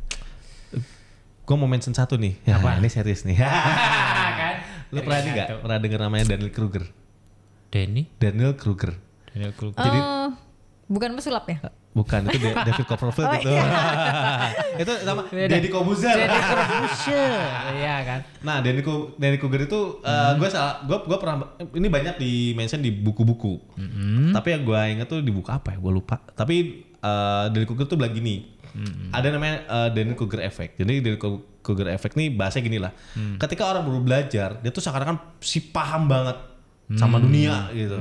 Gue mau mention satu nih. Apa? Ini serius nih. Kan? Lu pernah ini nggak? Pernah dengar namanya Daniel Kruger? Daniel Kruger. Jadi bukan pesulap ya? Bukan, itu David Copperfield itu. Itu sama Deddy Corbuzier. Iya kan. Nah, Danny Kruger itu gue pernah ini banyak di mention di buku-buku. Tapi yang gue inget tuh di buku apa ya? Gue lupa. Tapi Danny Kruger tuh bilang gini. Ada namanya Danny Kruger Effect. Jadi Danny Kruger Effect nih bahasanya gini lah. Ketika orang baru belajar, dia tuh seakan-akan paham banget sama dunia gitu.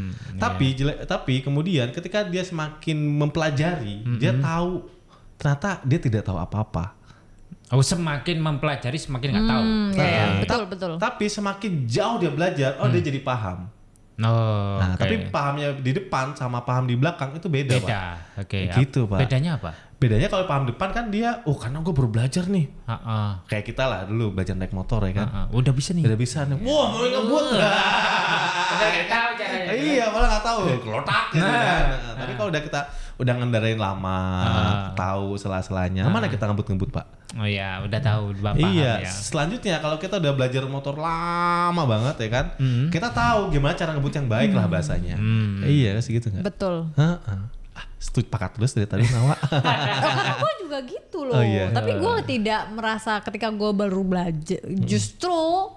Tapi kemudian ketika dia semakin mempelajari, dia tahu ternyata dia tidak tahu apa-apa. Semakin mempelajari semakin nggak tahu. Betul. Tapi semakin jauh dia belajar, dia jadi paham. Tapi pahamnya di depan sama paham di belakang itu beda. Pak. Gitu Pak. Bedanya apa? Bedanya kalau paham depan kan dia, karena gue baru belajar nih. Kayak kita lah dulu belajar naik motor ya kan. Udah bisa nih. Wah, mau ngebut. Nggak tahu caranya. Iya, malah nggak tahu. Kelotak gitu kan. Tapi kalau udah ngendarain lama, tahu sela-selanya, mana kita ngebut Pak? Oh iya, udah tahu Bapak. Iya. Ya. Selanjutnya kalau kita udah belajar motor lama banget ya kan, kita tahu gimana cara ngebut yang baik lah bahasanya. Iya, segitu nggak? Betul. Setuju pakat terus dari tadi Nawa. Gue juga gitu loh. Tapi gue tidak merasa ketika gue baru belajar, justru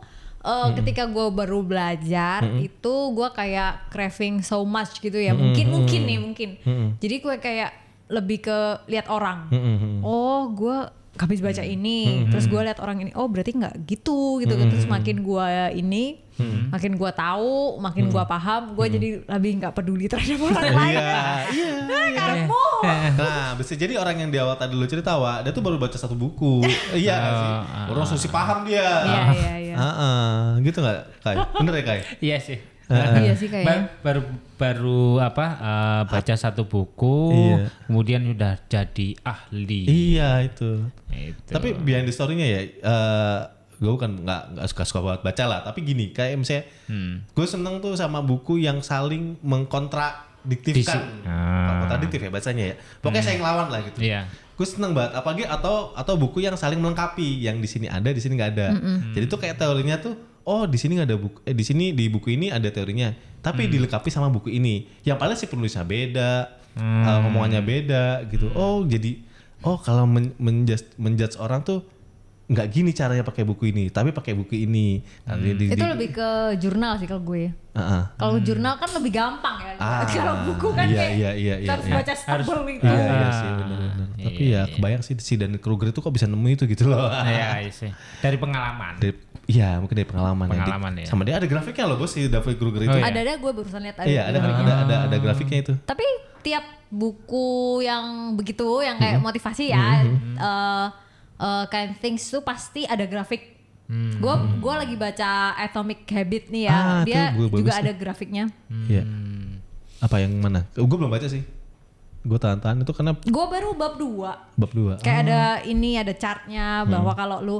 ketika gue baru belajar itu gue kayak craving so much gitu ya. Mungkin. Jadi gue kayak lebih ke lihat orang. Oh, gue habis baca ini, terus gue lihat orang ini. Oh, berarti nggak gitu. Terus makin gue ini, makin gue tahu, makin gue paham, gue jadi lebih nggak peduli terhadap orang lain. Kamu. Nah, bisa jadi orang yang di awal tadi lu cerita, dia tuh baru baca 1 buku. Iya sih. Orang susi paham dia. Iya. Gitu nggak, Kai? Bener ya, Kai? Iya sih. Iya sih kayaknya. Baru baca 1 buku, kemudian udah jadi ahli. Iya itu. Tapi behind the story-nya ya, gue bukan nggak suka banget baca lah. Tapi gini, kayak misalnya, gue seneng tuh sama buku yang saling mengkontradiktifkan. Kontradiktif ya bacanya ya. Pokoknya saling lawan lah gitu. Iya. Gue seneng banget. Apalagi atau buku yang saling melengkapi, yang di sini ada, di sini nggak ada. Jadi tuh kayak teorinya tuh. Oh, di sini nggak ada buku. Di sini di buku ini ada teorinya, tapi dilengkapi sama buku ini. Yang paling sih penulisnya beda, omongannya beda gitu. Kalau menjudge orang tuh nggak gini caranya pakai buku ini, tapi pakai buku ini. Itu lebih ke jurnal sih kalau gue. Kalau jurnal kan lebih gampang ya. Kalau buku kan harus baca stapel gitu. Iya sih benar. Tapi ya kebayang sih si Dan Kruger itu kok bisa nemu itu gitu loh. Iya sih. Dari pengalaman. Iya mungkin dari pengalaman ya. Sama dia ada grafiknya loh bos si David Kruger itu. Ada gue barusan lihat ada. Iya ada grafiknya itu. Tapi tiap buku yang begitu yang kayak motivasi ya, kind things tuh pasti ada grafik. Gue lagi baca Atomic Habit nih ya, dia juga ada grafiknya. Iya. Apa yang mana? Gue belum baca sih. Gue tahan itu karena. Gue baru bab 2. Bab 2. Kayak ada chartnya bahwa kalau lu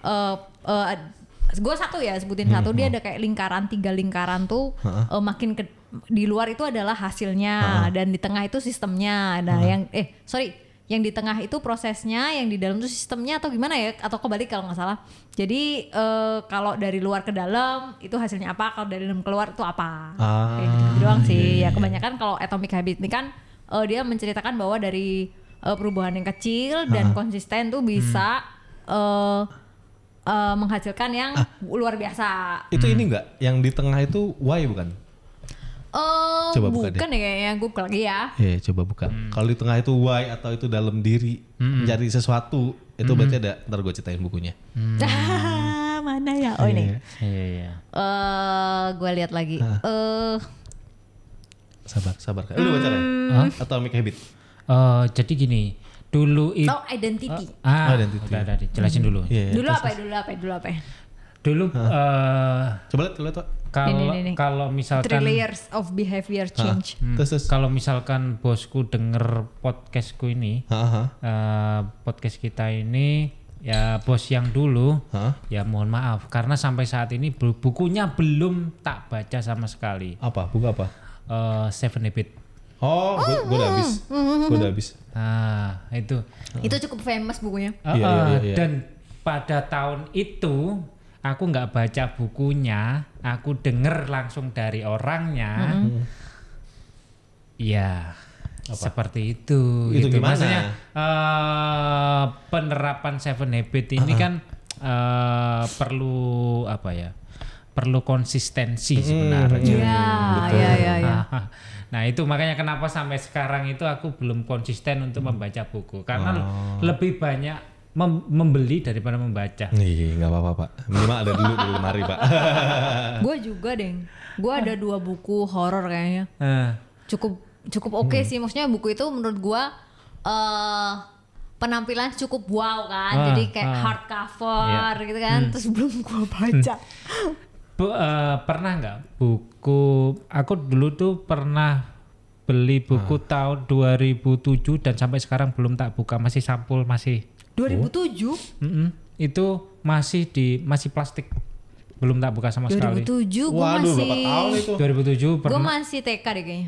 gue sebutin satu, dia ada kayak 3 lingkaran tuh, makin di luar itu adalah hasilnya, dan di tengah itu sistemnya. Nah yang di tengah itu prosesnya, yang di dalam itu sistemnya atau gimana ya, atau kebalik kalau nggak salah. Jadi kalau dari luar ke dalam itu hasilnya apa, kalau dari dalam keluar itu apa, kayak gitu doang sih. Ya kebanyakan kalau Atomic Habit ini kan dia menceritakan bahwa dari perubahan yang kecil dan konsisten tuh bisa menghasilkan yang luar biasa. Itu ini enggak? Yang di tengah itu why bukan? Coba buka deh. Bukan ya kayaknya, gue buka lagi ya. Iya coba buka. Kalau di tengah itu why atau itu dalam diri mencari sesuatu, itu berarti ada. Ntar gue ceritain bukunya. Mana ya? Oh ini. Iya. Gue lihat lagi. Sabar. Lu baca ya? Atomic Habit. Jadi gini. Dulu itu identity. Identity. Udah dijelasin dulu. Dulu apa ya? Dulu coba lihat Pak. Kalau misalkan 3 layers of behavior change. Kalau misalkan bosku denger podcastku ini, podcast kita ini, ya bos yang dulu, ya mohon maaf karena sampai saat ini bukunya belum tak baca sama sekali. Apa? Buku apa? 7 Habits. Oh, gue udah habis. Nah, itu cukup famous bukunya. Iya. Dan pada tahun itu aku nggak baca bukunya, aku denger langsung dari orangnya. Ya, seperti itu. Itu gitu. gimana? Maksudnya penerapan 7 Habits ini kan perlu apa ya? Perlu konsistensi sebenarnya. Iya. Nah itu makanya kenapa sampai sekarang itu aku belum konsisten untuk membaca buku karena lebih banyak membeli daripada membaca. Iya nggak apa-apa Pak, minimal ada dulu di lemari Pak. Gue juga gue ada 2 buku horor kayaknya. Cukup oke sih, maksudnya buku itu menurut gue penampilan cukup wow kan, jadi kayak hardcover gitu kan, terus belum gue baca. Pernah nggak buku? Aku dulu tuh pernah beli buku tahun 2007 dan sampai sekarang belum tak buka, masih sampul masih. 2007? Itu masih plastik, belum tak buka sama sekali. 2007 gue Waduh, masih. berapa tahun itu? 2007 pernah. Gue masih TK deh kayaknya.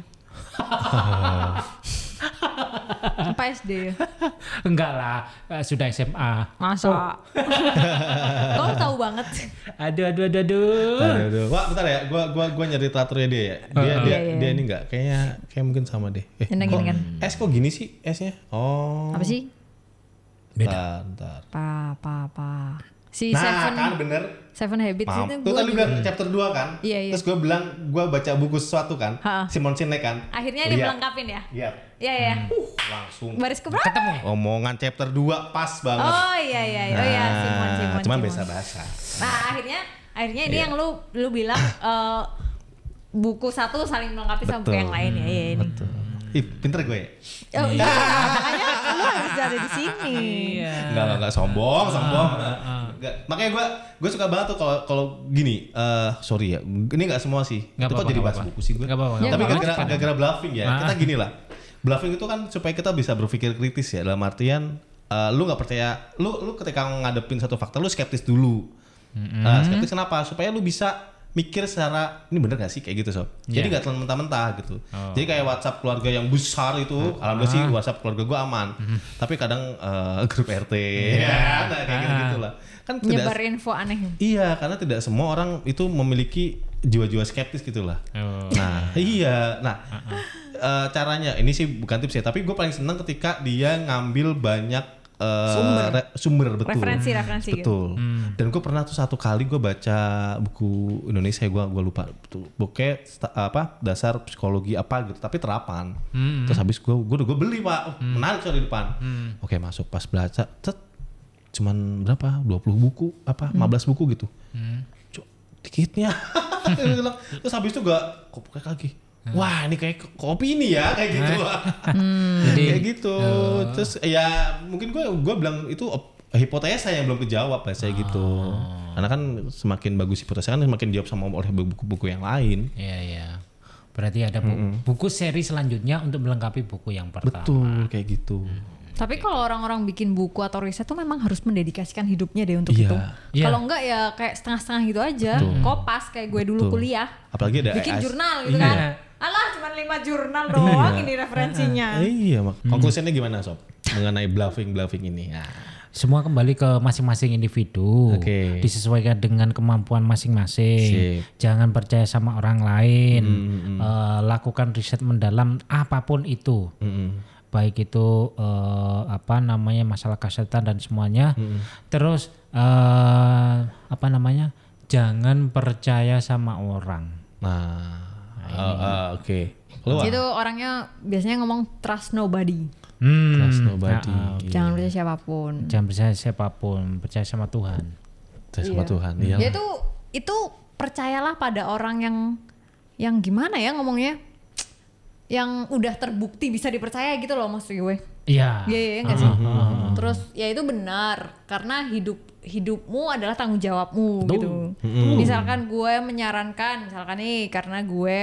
Apa SD ya? Enggak lah, sudah SMA. Masa? Kau tahu banget. Aduh. Wah, bentar ya. Gua nyari literaturnya dia ya. Dia ini enggak kayak mungkin sama deh. Gini kan. S kok gini sih S-nya? Oh. Apa sih? Beda. Bentar. Pa. Si kan bener. Seven Habits itu tuh tadi bilang chapter 2 kan? Iya. Terus gue bilang gue baca buku sesuatu kan, Simon Sinek kan. Akhirnya dia melengkapin ya? Iya. Langsung. Baris keberapa? Ketemu. Omongan chapter 2 pas banget. Oh iya. Simon. Cuman bahasa. Nah akhirnya ini yang lu bilang buku satu saling melengkapi sama buku yang lain ya. Iya ini. Betul. Ih, pinter gue ya? Oh iya, makanya lu harus ada di sini. Enggak sombong. Makanya gue suka banget tuh kalau gini, sorry ya, ini nggak semua sih. Itu kok jadi bahas buku sih gue. Tapi gara-gara bluffing ya, kita gini lah. Bluffing itu kan supaya kita bisa berpikir kritis ya, dalam artian lu nggak percaya, lu ketika ngadepin satu fakta lu skeptis dulu. Skeptis kenapa? Supaya lu bisa mikir secara ini bener gak sih kayak gitu sob. Jadi gak telan mentah-mentah gitu. Jadi kayak WhatsApp keluarga yang besar itu, alhamdulillah sih WhatsApp keluarga gue aman. Tapi kadang grup RT kayak gitu lah. Kan nyebar info aneh. Iya, karena tidak semua orang itu memiliki jiwa-jiwa skeptis gitulah. Caranya ini sih bukan tips ya, tapi gue paling senang ketika dia ngambil banyak sumber betul. Referensi betul. Gitu. Dan gue pernah tuh satu kali gue baca buku Indonesia, gue lupa betul. Buku dasar psikologi apa gitu, tapi terapan. Terus habis gue beli Pak, menarik soal di depan. Oke, masuk pas baca, cuman berapa? 20 buku 15 buku gitu. Dikitnya. Terus habis itu kok pakai lagi. Wah ini kayak kopi ini ya kayak gitu. Jadi kayak gitu. Terus ya mungkin gue bilang itu hipotesa yang belum kejawab saya gitu. Karena kan semakin bagus hipotesa kan semakin dijawab sama oleh buku-buku yang lain. Iya. Berarti ada buku seri selanjutnya untuk melengkapi buku yang pertama. Betul kayak gitu. Tapi kalau orang-orang bikin buku atau riset tuh memang harus mendedikasikan hidupnya deh untuk itu. Kalau enggak ya kayak setengah-setengah gitu aja. Kopas kayak gue dulu kuliah. Apalagi ada bikin jurnal gitu kan. Alah cuma 5 jurnal doang ini referensinya. Konklusinya gimana sob? Mengenai bluffing ini. Semua kembali ke masing-masing individu. Disesuaikan dengan kemampuan masing-masing. Jangan percaya sama orang lain. Lakukan riset mendalam apapun itu. Baik itu masalah kesehatan dan semuanya. Terus jangan percaya sama orang. Itu orangnya biasanya ngomong trust nobody. Trust nobody. Jangan percaya siapapun. Jangan percaya siapapun, percaya sama Tuhan. Percaya sama Tuhan. Iya. Ya itu percayalah pada orang yang gimana ya ngomongnya, yang udah terbukti bisa dipercaya gitu loh maksud gue. Iya. Iya nggak sih. Terus ya itu benar karena hidupmu adalah tanggung jawabmu gitu. Misalkan gue menyarankan, nih karena gue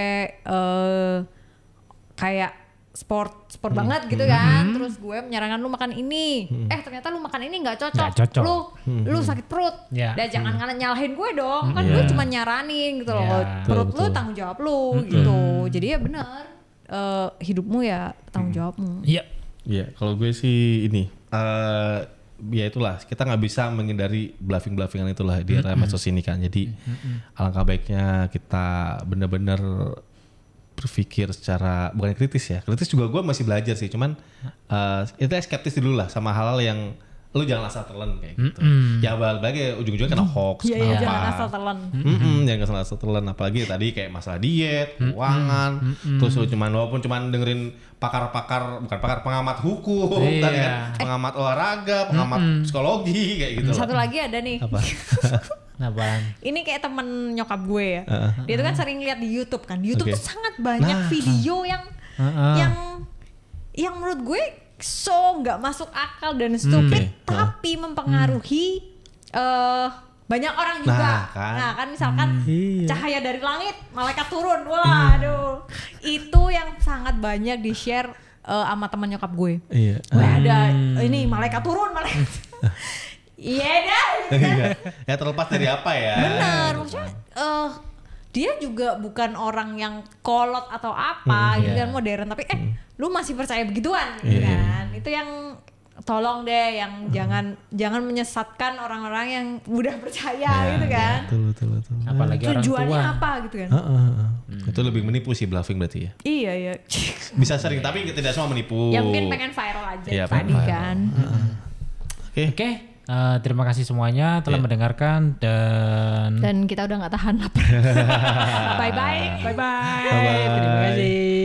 kayak sport banget gitu kan, terus gue menyarankan lu makan ini, ternyata lu makan ini nggak cocok. Lu sakit perut, jangan nyalahin gue dong, kan gue cuma nyaranin gitu loh. Perut lu tanggung jawab lu gitu. Jadi ya benar, hidupmu ya tanggung jawabmu. Iya, kalau gue sih ini. Ya itulah, kita nggak bisa menghindari bluffing-bluffingan itulah di era medsos ini kan. Jadi alangkah baiknya kita benar-benar berpikir secara bukan kritis ya. Kritis juga gue masih belajar sih, cuman itu skeptis dulu lah sama hal-hal yang lu jangan asal telan kayak gitu. Ya balik ujung-ujungnya kena hoax, Iya, jangan asal telan. Jangan asal telan, apalagi tadi kayak masalah diet, keuangan, terus lu walaupun dengerin pengamat hukum, tadi kan pengamat olahraga, pengamat psikologi kayak gitu. Satu lagi ada nih. Apa? Apaan? Ini kayak temen nyokap gue ya. Dia tuh kan sering lihat di YouTube kan. Di YouTube tuh sangat banyak video yang menurut gue nggak masuk akal dan stupid, tapi mempengaruhi banyak orang juga. Nah kan misalkan cahaya dari langit, malaikat turun, waduh, itu yang sangat banyak di share sama teman nyokap gue. Wah ada ini malaikat turun, Iya dah. Ya terlepas dari apa ya. Benar, maksudnya dia juga bukan orang yang kolot atau apa gitu kan, modern, tapi lu masih percaya begituan gitu kan. Itu yang tolong deh yang jangan menyesatkan orang-orang yang mudah percaya gitu kan. Betul. Apalagi tujuannya orang tua. apa gitu kan. Itu lebih menipu sih bluffing berarti ya. Iya. Bisa sering tapi tidak semua menipu. Ya mungkin pengen viral aja ya, tadi kan. Oke. Terima kasih semuanya telah mendengarkan dan kita udah nggak tahan lapar. Bye bye. Terima kasih.